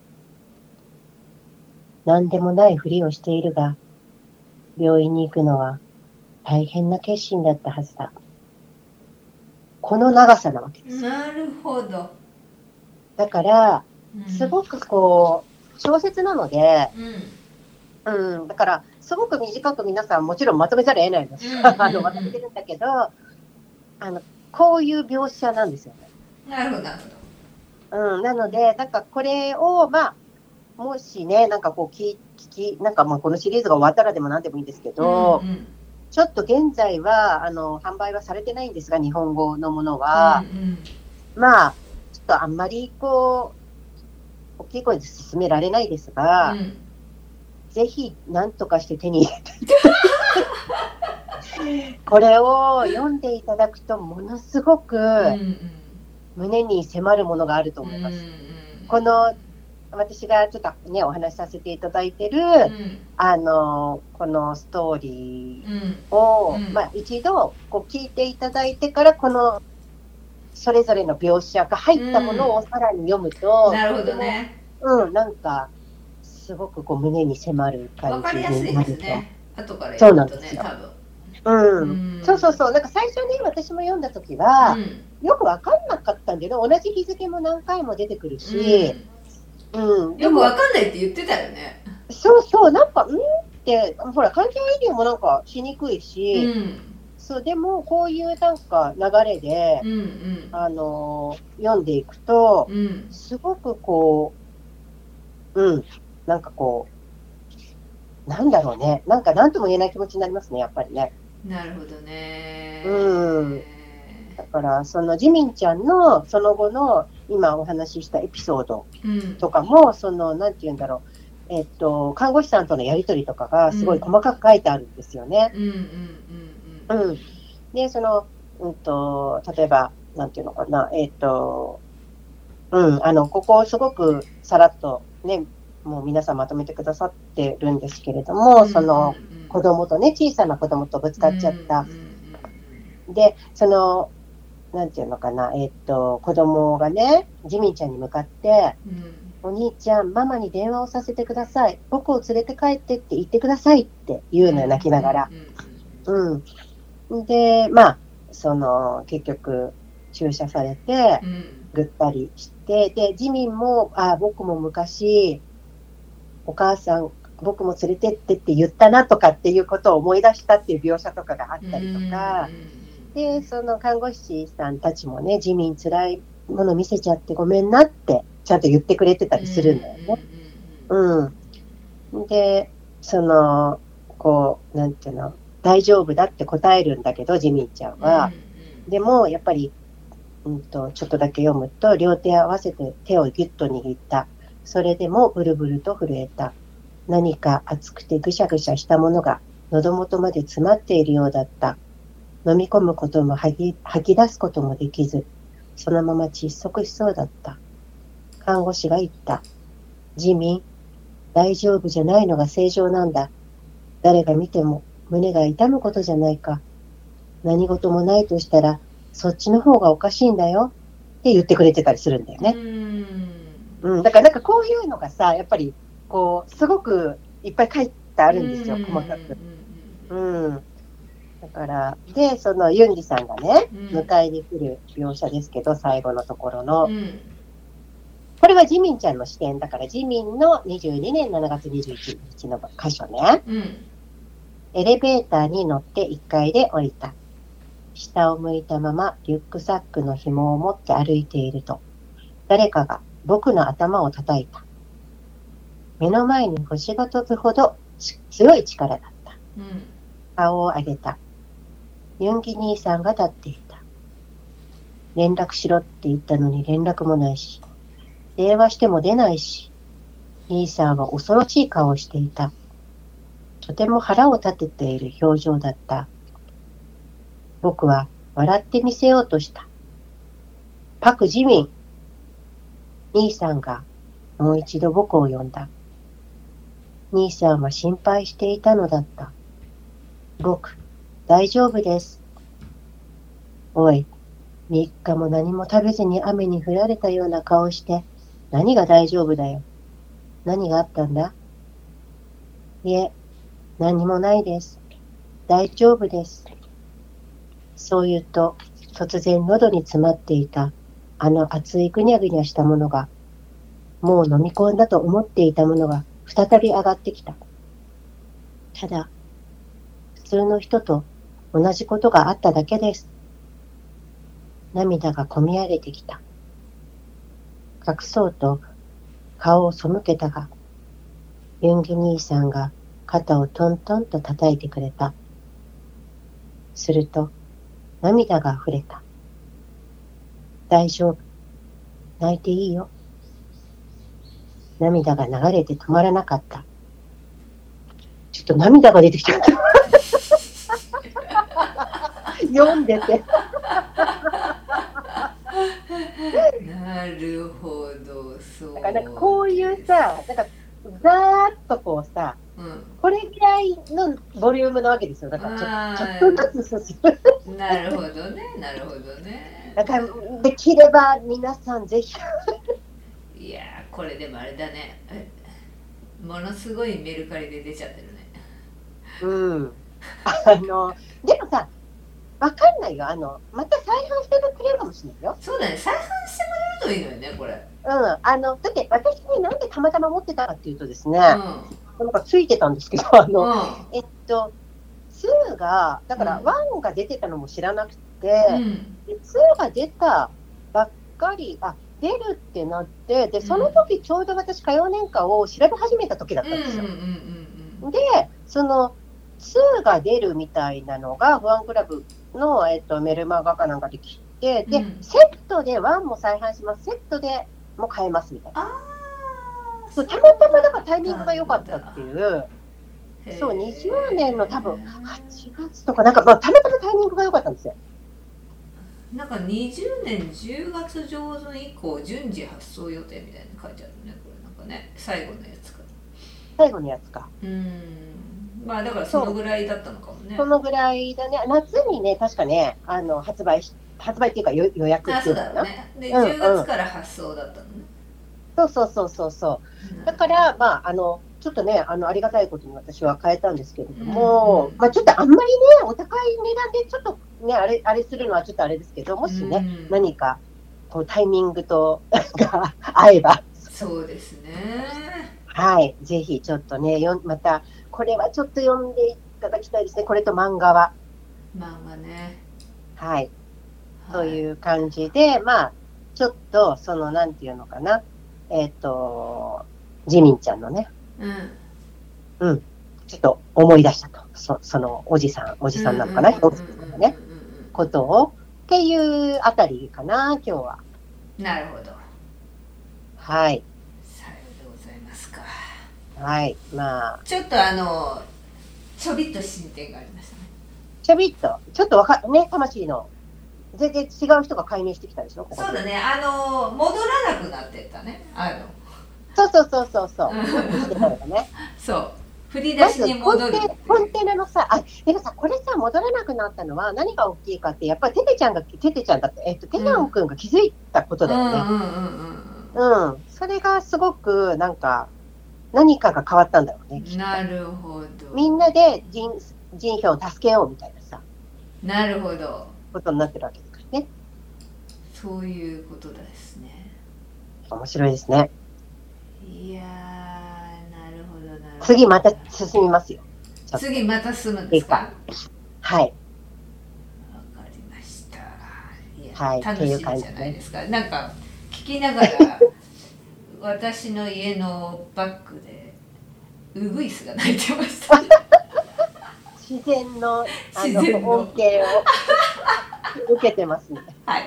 何でもないふりをしているが、病院に行くのは大変な決心だったはずだ。この長さなわけです。 なるほど。 だから、すごくこう、小説なので、うん、うん、だから、すごく短く皆さんもちろんまとめざるを得ないの。あの、まとめてるんだけど、あの、こういう描写なんですよね。 なるほど、なるほど。うん、なので、なんかこれを、まあ、もしね、なんかこう聞き、なんかまあこのシリーズが終わったらでも何でもいいんですけど、うんうん、 ちょっと現在はあの販売はされてないんですが、日本語のものは、うんうん、まあちょっとあんまりこう大きい声で進められないですが、うん、ぜひ何とかして手に入れてこれを読んでいただくとものすごく胸に迫るものがあると思います。うんうん、この私がちょっとねお話しさせていただいてる、うん、あのこのストーリーを、うんうん、まあ、一度こう聞いていただいてからこのそれぞれの描写が入ったものをさらに読むと、 うん、なるほどね。 うん、なんかすごくこう胸に迫る感じになると。わかりやすいですね。 後から読むとね、多分。 うん、そうそうそう、なんか最初に私も読んだ時は、うん、よく分かんなかったんだけど、同じ日付も何回も出てくるし、 うんうん、よく分かんないって言ってたよね。 そうそう、なんか、うんってほら感情移入もなんかしにくいし、うん、そうでもこういうなんか流れで、うんうん、あの読んでいくと、うん、すごくこう、うん、なんかこう、なんだろうね、なんか何とも言えない気持ちになりますね、やっぱりね。 なるほどね。 うん。だからそのジミンちゃんのその後の今お話ししたエピソードとかも、うん、そのなんて言うんだろう、えっと看護師さんとのやり取りとかがすごい細かく書いてあるんですよね。うんうんうんうん。でそのうんと例えばなんていうのかな、えっとうんあのここすごくさらっとねもう皆さんまとめてくださってるんですけれども、うん、その子供とね小さな子供とぶつかっちゃった。うんうん、でそのなんていうのかな、えー、っと子供がねジミンちゃんに向かって、うん、お兄ちゃんママに電話をさせてください、僕を連れて帰ってって言ってくださいって言うのよ、泣きながら。うんうん、でまあその結局注射されてぐったりして、でジミンもあ僕も昔お母さん僕も連れてってって言ったなとかっていうことを思い出したっていう描写とかがあったりとか、でその看護師さんたちもねジミン辛いもの見せちゃってごめんなってちゃんと言ってくれてたりするんだよね。うん、でそのこうなんていうの大丈夫だって答えるんだけどジミンちゃんは、でもやっぱり、うんと、ちょっとだけ読むと両手合わせて手をギュッと握った。それでもブルブルと震えた。何か熱くてぐしゃぐしゃしたものが喉元まで詰まっているようだった。飲み込むことも吐き、吐き出すこともできず、そのまま窒息しそうだった。看護師が言った。ジミン、大丈夫じゃないのが正常なんだ。誰が見ても胸が痛むことじゃないか。何事もないとしたら、そっちの方がおかしいんだよって言ってくれてたりするんだよね。うん、うん、だからなんかこういうのがさ、やっぱりこうすごくいっぱい書いてあるんですよ、細かく。うん。だからでそのユンジさんがね、うん、迎えに来る描写ですけど、最後のところの、うん、これはジミンちゃんの視点だから、ジミンのにじゅうにねんしちがつにじゅういちにちの箇所ね、うん、エレベーターに乗っていっかいで降りた。下を向いたままリュックサックの紐を持って歩いていると、誰かが僕の頭を叩いた。目の前に星が飛ぶほど強い力だった。うん、顔を上げた。ユンギ兄さんが立っていた。連絡しろって言ったのに連絡もないし、電話しても出ないし、兄さんは恐ろしい顔をしていた。とても腹を立てている表情だった。僕は笑ってみせようとした。パク・ジミン。兄さんがもう一度僕を呼んだ。兄さんは心配していたのだった。僕、大丈夫です。おい、みっかも何も食べずに雨に降られたような顔して、何が大丈夫だよ。何があったんだ？いえ、何もないです。大丈夫です。そう言うと、突然喉に詰まっていたあの熱いぐにゃぐにゃしたものが、もう飲み込んだと思っていたものが再び上がってきた。ただ、普通の人と同じことがあっただけです。涙がこみ上げてきた。隠そうと顔を背けたが、ユンギ兄さんが肩をトントンと叩いてくれた。 すると涙が溢れた。大丈夫。泣いていいよ。涙が流れて止まらなかった。ちょっと涙が出てきた。読んでて。 なるほど、そう。 だからなんかこういうさ、なんかざーっとこうさ、うん、これぐらいのボリュームなわけですよ。だからちょ、ちょっとずつ進む。なるほどね、なるほどね。 だからできれば皆さんぜひ。 いやー、これでもあれだね。ものすごいメルカリで出ちゃってるね。 うん。あのでもさ、わかんないよ。あのまた再販してくれるかもしれないよ。 そうだね、再販してくれるといいのよね、これ。 うん、あのだって私になんでたまたま持ってたかっていうとですね、うん、なんかついてたんですけど、あの、うん、えっとツーがだからワンが出てたのも知らなくて、うん、でツーが出たばっかり、あ、出るってなって、でその時ちょうど私歌謡年歌を調べ始めた時だったんですよ。でそのツーが出るみたいなのがファンクラブの、えっと、メルマガかなんかで来て、で、うん、セットでワンも再販します、セットでも買えますみたいな。あそうたまたまだからタイミングが良かったっていう、そうにじゅうねんの多分はちがつとかなんか、まあ、たまたまタイミングが良かったんですよ。 なんかにじゅうねんじゅうがつ上旬以降順次発送予定みたいな書いてあるね、これなんかね、最後のやつか。 最後のやつか。 うん。まあだからそのぐらいだったのかもね。 そのぐらいだね。夏にね、確かね、あの発売し、発売っていうか予約っていうのかな。 あ、そうだね。で、うんうん、じゅうがつから発送だったのね。 そうそうそうそうそう。だから、まあ、あの、ちょっとね、あの、ありがたいことに私は変えたんですけれども、うんうん、まあちょっとあんまりね、お高い値段でちょっとね、あれ、あれするのはちょっとあれですけど、もしね、うん、何か、こうタイミングとが合えば。 そうですね。 はい。ぜひちょっとね、よまた、これはちょっと読んでいただきたいですね。これと漫画は。 漫画ね。 はい。という感じで、まあ、ちょっと、その、なんていうのかな。えっと、ジミンちゃんのね。うん。うん。ちょっと思い出したと。そ, その、おじさん、おじさんなのかな。よんさいとかね。ことを、っていうあたりかな、今日は。 なるほど。 はい。 さようでございますか。 はい。まあ。 ちょっとあの、ちょびっと進展がありましたね。 ちょびっと、ちょっとわかね、魂の、全然違う人が解明してきたでしょ。ここそうだね、あの、戻らなくなってったね。あの。 そうそうそうそうそう。してたのがね。 そう。振り出しに戻る。 まずコンテナのさ、あ、でもさ、これさ、戻らなくなったのは何が大きいかって、やっぱりテテちゃんが、テテちゃんだって、えっと、テヤン君が気づいたことだよね。うんうんうんうん。うん。それがすごく、なんか、何かが変わったんだろうね。 なるほど。 みんなで人、人票を助けようみたいなさ。 なるほど。 ことになってるわけですからね。 そういうことですね。 面白いですね。 いやー、なるほどなるほど。 次また進みますよ。 次また進むんですか？ はい。わかりました。いや、 はい、 楽しいじゃないですか。なんか聞きながら私の家のバッグでウグイスが鳴いてました。 自然のあの恩恵を受けてますね。 はい。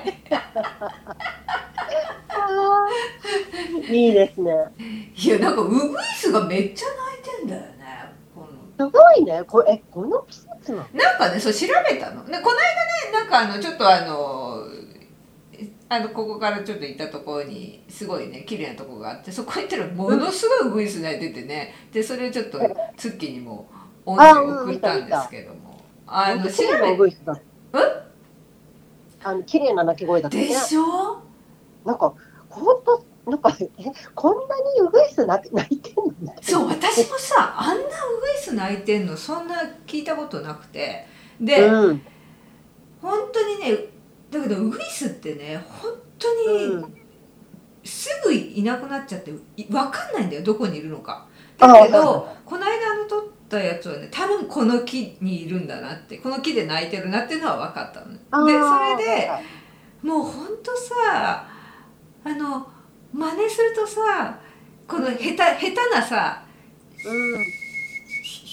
いいですね。 いや、なんかウグイスがめっちゃ鳴いてんだよね。このすごいね。こえこの季節の。 なんかね、そう調べたの。ね、この間ね、なんかあのちょっとあのあのここからちょっと行ったところにすごいね綺麗なところがあって、そこ行ったらものすごいウグイス鳴いててね。でそれをちょっとツッキーにも音声を送ったんですけども、 あの調べウグイスだ。うん？あの綺麗な鳴き声だったね。 でしょ？ なんか本当なんかえこんなにウグイス鳴いてんの？ そう、私もさあんなウグイス鳴いてんのそんな聞いたことなくて、で、うん、本当にね、だけどウグイスってね本当にすぐいなくなっちゃって分かんないんだよ、どこにいるのか。だけどこの間の撮ったやつはね、多分この木にいるんだなって、この木で鳴いてるなっていうのは分かったのね。でそれでもうほんとさ、あの真似するとさ、この下手下手なさ、うん、っ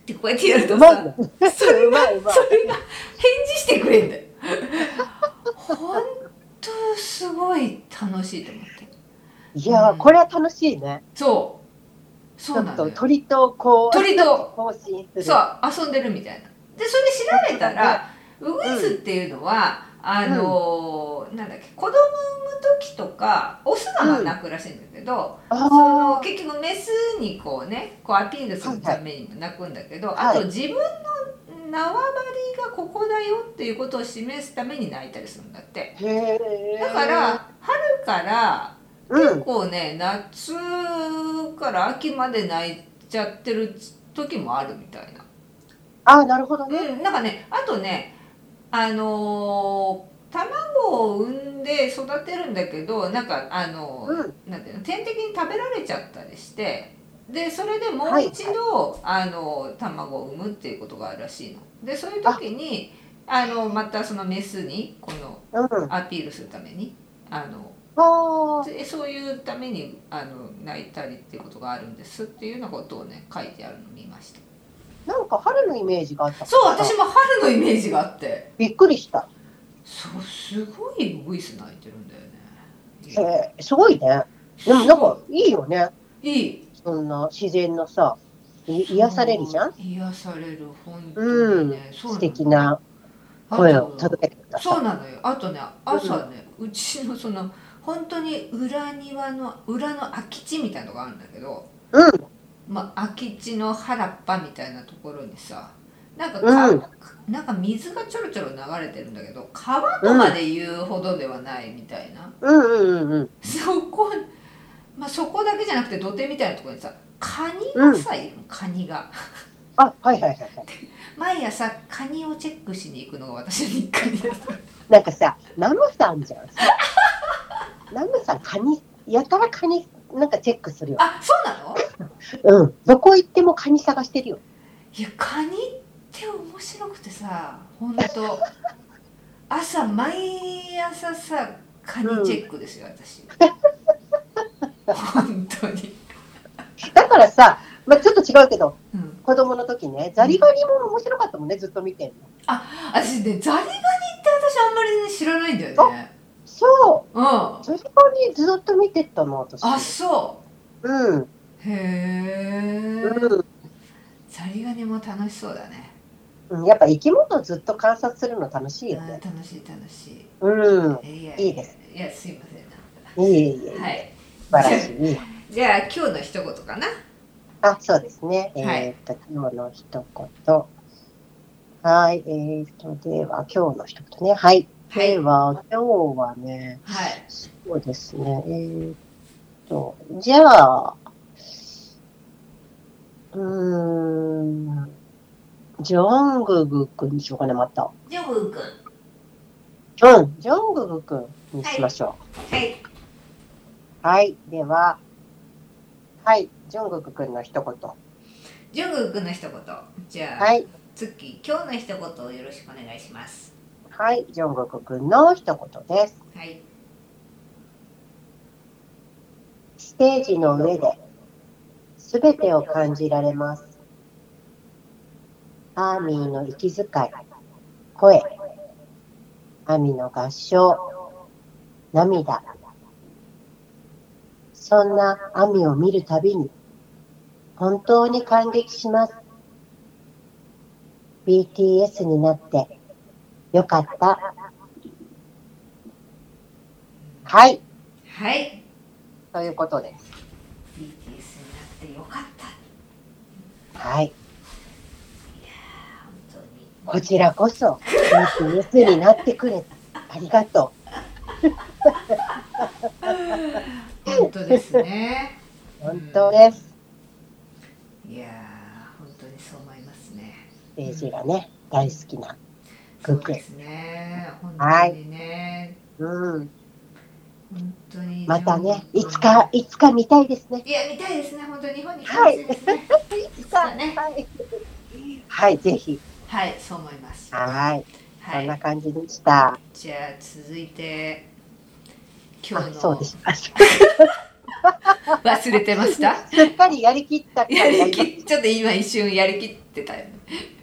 ってこうやってやるとさ、それが、 うまいうまいそれが返事してくれんだよ。ほんとすごい楽しいと思って。 いやー、うん、これは楽しいね。 そう。そうなのよ。 鳥とこう、 鳥と交信する。 そう、遊んでるみたいな。で、それ調べたら、ウグイスっていうのは、うん、あのー、なんだっけ、子供産む時とか、オスが鳴くらしいんだけど、うん、その結局メスにこうね、こうアピールするためにも鳴くんだけど、はいはい、あと自分の縄張りがここだよっていうことを示すために鳴いたりするんだって。だから春から結構ね、うん、夏から秋まで鳴いちゃってる時もあるみたいな。 あ、なるほどね。 うん、なんかね、あとね、あのー、卵を産んで育てるんだけど、なんかあのー、うん、なんていうの、天敵に食べられちゃったりして、でそれでもう一度、はいはい、あの卵を産むっていうことがあるらしいの。でそういう時にあのまたそのメスにこのアピールするために、うん、あのでそういうためにあの泣いたりっていうことがあるんですっていうようなことをね書いてあるのを見ました。 なんか春のイメージがあった。 そう、私も春のイメージがあってびっくりした。 そう、すごいウグイス鳴いてるんだよね。へえ、すごいね。でもなんかいいよね。 いい。 そんな自然のさ、癒されるじゃん。 癒される、本当にね、 うん、素敵な声を届けてください。 そうなのよ。あとね、朝ね、うん、うちのその本当に裏庭の裏の空き地みたいなのがあるんだけど、 うん、 まあ、空き地の原っぱみたいなところにさ、なんかか、うん、なんか水がちょろちょろ流れてるんだけど、川とまで言うほどではないみたいな。 うんうんうんうん。 そこ、まあ、そこだけじゃなくて土手みたいなところにさ、カニがさ、いるの、カニが。 あ、はいはいはいはい。 毎朝カニをチェックしに行くのが私の日課になる。 なんかさ、ナムさんじゃん。ナムさんカニやたらカニなんかチェックするよ。 あ、そうなの？うん。どこ行ってもカニ探してるよ。 いや、カニって面白くてさ、本当朝毎朝さカニチェックですよ、うん、私。本当に。 だからさ、まあ、ちょっと違うけど、うん、子供の時ね、ザリガニも面白かったもんね、ずっと見てるの。 あ、私ね、ザリガニって私あんまり、ね、知らないんだよね。 そう。 うん。 ザリガニずっと見てたの、私。 あ、そう。 うん。 へえ。うん。ザリガニも楽しそうだね。 うん、やっぱ生き物をずっと観察するの楽しいよね。 楽しい楽しい。 うん。 いやいいです。 いや、すいません。 いえいえ。 はい。 素晴らしい。 じゃあ今日の一言かな。 あ、そうですね。 はい、 えっと今日の一言。はい。えっとでは今日の一言ね。はい。はい、では今日はね。 はい。 そうですね。えっとじゃあうーんジョンググ君にしようかなまた。 ジョンググ君。 うん、ジョンググ君にしましょう。はい。 はい、はい、では、はい、ジョンググ君の一言。 ジョンググ君の一言。じゃあ、 はい、 月、今日の一言をよろしくお願いします。 はい、ジョンググ君の一言です。 はい。 ステージの上で、すべてを感じられます。アーミーの息遣い、声、アミの合唱、涙。そんなアミを見るたびに、本当に感激します。ビーティーエス になってよかった。はい。 はい。 ということです。 ビーティーエス になってよかった。 はい。いや本当に。 こちらこそ ビーティーエス になってくれた。ありがとう。 本当ですね。 本当です。 いや本当にそう思いますね。 ステージがね、うん、大好きなグクですね。本当にね。 はい、うん。 本当にまたね、いつかいつか見たいですね。 いや見たいですね。本当に日本に来てほしいですね。はい、いつかね。はい、 はい、ぜひ。 はい、そう思います。 はい、はい、そんな感じでした。 じゃあ続いて今日のそうです。 忘れてました。 すっかりやりきった感がやりきちょっと今一瞬やりきってたよね。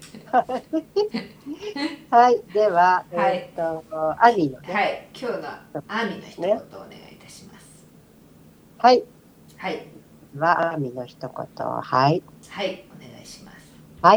はい、では、 はい、 えっとアミのね、 はい、今日のアミの一言をお願いいたします。 はい、 はい、 はアミの一言、はい、 はい、お願いします。 はい。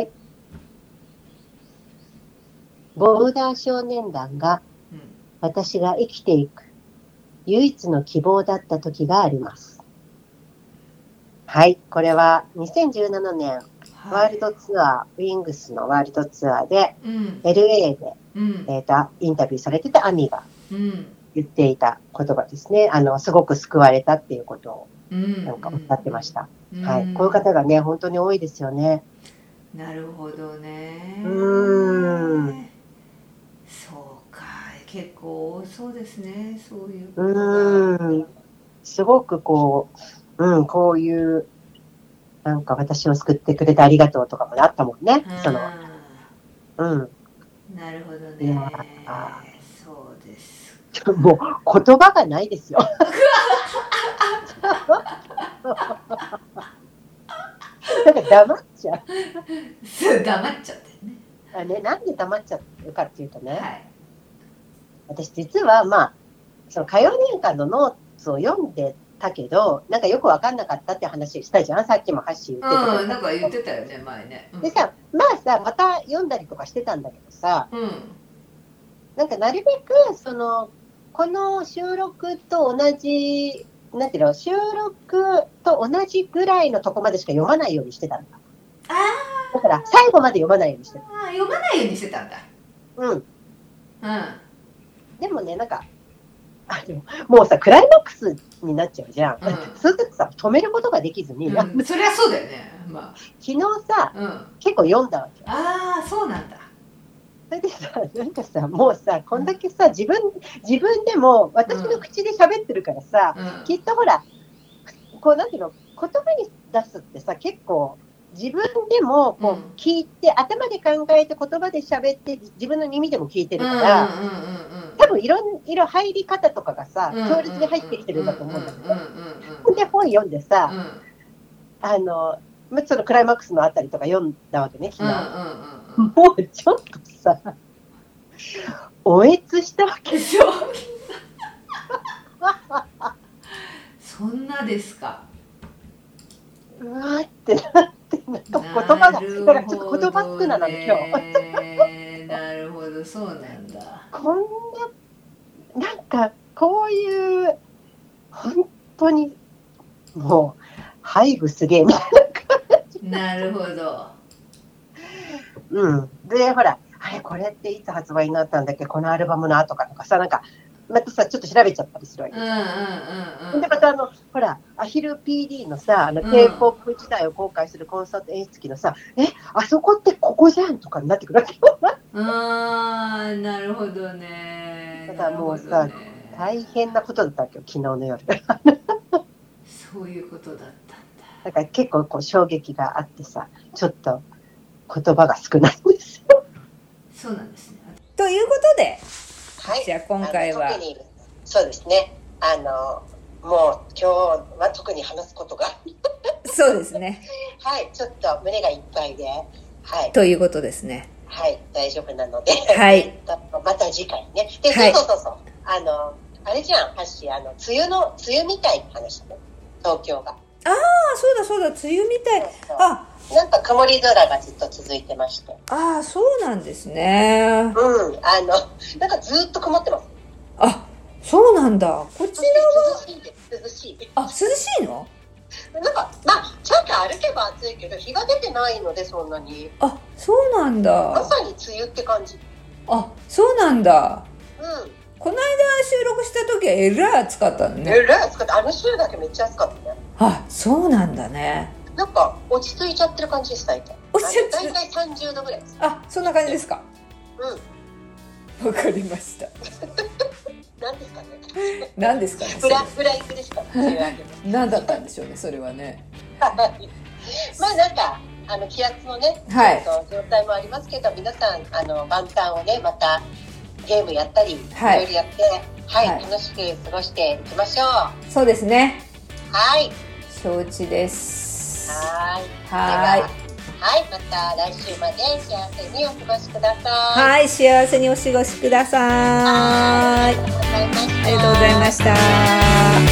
ボーダー少年団が、うん、私が生きていく唯一の希望だった時があります。はい、これはにせんじゅうななねん、はい、ワールドツアー、ウィングスのワールドツアーで、うん、エルエー で、うん、えーと、インタビューされてたアミが言っていた言葉ですね。あの、すごく救われたっていうことを、なんかおっしゃってました。うん、はい、こういう方がね、本当に多いですよね。 なるほどね。 うーん。 そうか、結構多そうですね、そういうことが。うーん。すごくこう、うん、こういう、なんか私を救ってくれてありがとうとかもあったもんね。その、うん。 なるほどね。そうです。 もう言葉がないですよ。なんか黙っちゃう。 そう、黙っちゃってね。 あね、なんで黙っちゃうかっていうとね、 はい、 私実はまあその火曜年間のノーツを読んでたけど、なんかよく分かんなかったって話したじゃん、さっきもハッシー言ってた。 うん、なんか言ってたよね、前ね。 うん、でさ、まあさ、また読んだりとかしてたんだけどさ、うん、なんかなるべくそのこの収録と同じ、なんていうの、収録と同じぐらいのとこまでしか読まないようにしてたんだ。 あだから最後まで読まないようにしてた。 あ、読まないようにしてたんだ。 うん。うん。 でもね、なんかあでももうさクライマックスになっちゃうじゃん。うん、そうするとさ止めることができずに、 うん、そりゃそうだよね。まあ、 昨日さ、うん、結構読んだわけ。 ああ、そうなんだ。 それでさ、なんかさ、もうさ、こんだけさ、自分、自分でも私の口で喋ってるからさ、うん、きっとほら、こうなんていうの、言葉に出すってさ、結構自分でもこう聞いて、うん、頭で考えて言葉で喋って、自分の耳でも聞いてるから、多分いろいろ入り方とかがさ、強烈に入ってきてるんだと思うんだけど、で、本読んでさ、うん、あの、そのクライマックスのあたりとか読んだわけね、昨日。もうちょっとさ、おえつしたわけでしょ。 そんなですか。 うわーってなって、なんか言葉が、だからちょっと言葉少ななの今日。なるほど、そうなんだ。 こんな、なんかこういう本当にもうハイブすげえみたいな感じ。 なるほど。 うん、でほらあれこれっていつ発売になったんだっけ、このアルバムの後かとかさ、なんかまたさちょっと調べちゃったりするわけですよ。うんうんうんうん、でまたあのほらアヒル ピーディー のさ、あの K-ポップ 時代を公開するコンサート演出機のさ、うん、えあそこってここじゃんとかになってくるわけよ。 あー、なるほどね。 だからもうさ、ね、大変なことだったわけよ昨日の夜。 そういうことだったんだ。 だから結構こう衝撃があってさ、ちょっと言葉が少ないんですよ。 そうなんですね。ということで、 はい、 じゃあ今回は特にそうですね、あのもう今日は特に話すことがそうですね。 はい、ちょっと胸がいっぱいで、はい。 ということですね。 はい、大丈夫なので、 はい。 また次回ね。で、はい、そうそうそうそう、あのあれじゃん、ハッシー、あの梅雨の梅雨みたいな話ね、東京が。 ああ、そうだそうだ、梅雨みたい。そうそう、あ、 なんか曇り空がずっと続いてまして。 ああ、そうなんですね。 うん、あのなんかずっと曇ってます。 あ、そうなんだ。こっちのは涼しいです。涼しい。 あ、涼しいの？ なんかまあちょっと歩けば暑いけど日が出てないのでそんなに。 あ、そうなんだ。 まさに梅雨って感じ。 あ、そうなんだ。 うん。 この間収録した時はえらい暑かったね。 えらい暑かった。あの週だけめっちゃ暑かったね。 あ、そうなんだね。 なんか落ち着いちゃってる感じです、大体。 落ち着いてる。 大体さんじゅうどぐらいです。 あ、そんな感じですか。 うん。 わかりました。 何ですかね。 何ですかね。 フラフライングですかね。 何だったんでしょうね、それはね。 まあなんかあの気圧のね、 はい、 状態もありますけど、皆さんあの万端をねまたゲームやったり、はい、いろいろやって、はい、はい、楽しく過ごしていきましょう。 そうですね。 はい。 承知です。 はい。 はい。 はい、また来週まで幸せにお過ごしください。 はい、幸せにお過ごしください。 ありがとうございました。 ありがとうございました。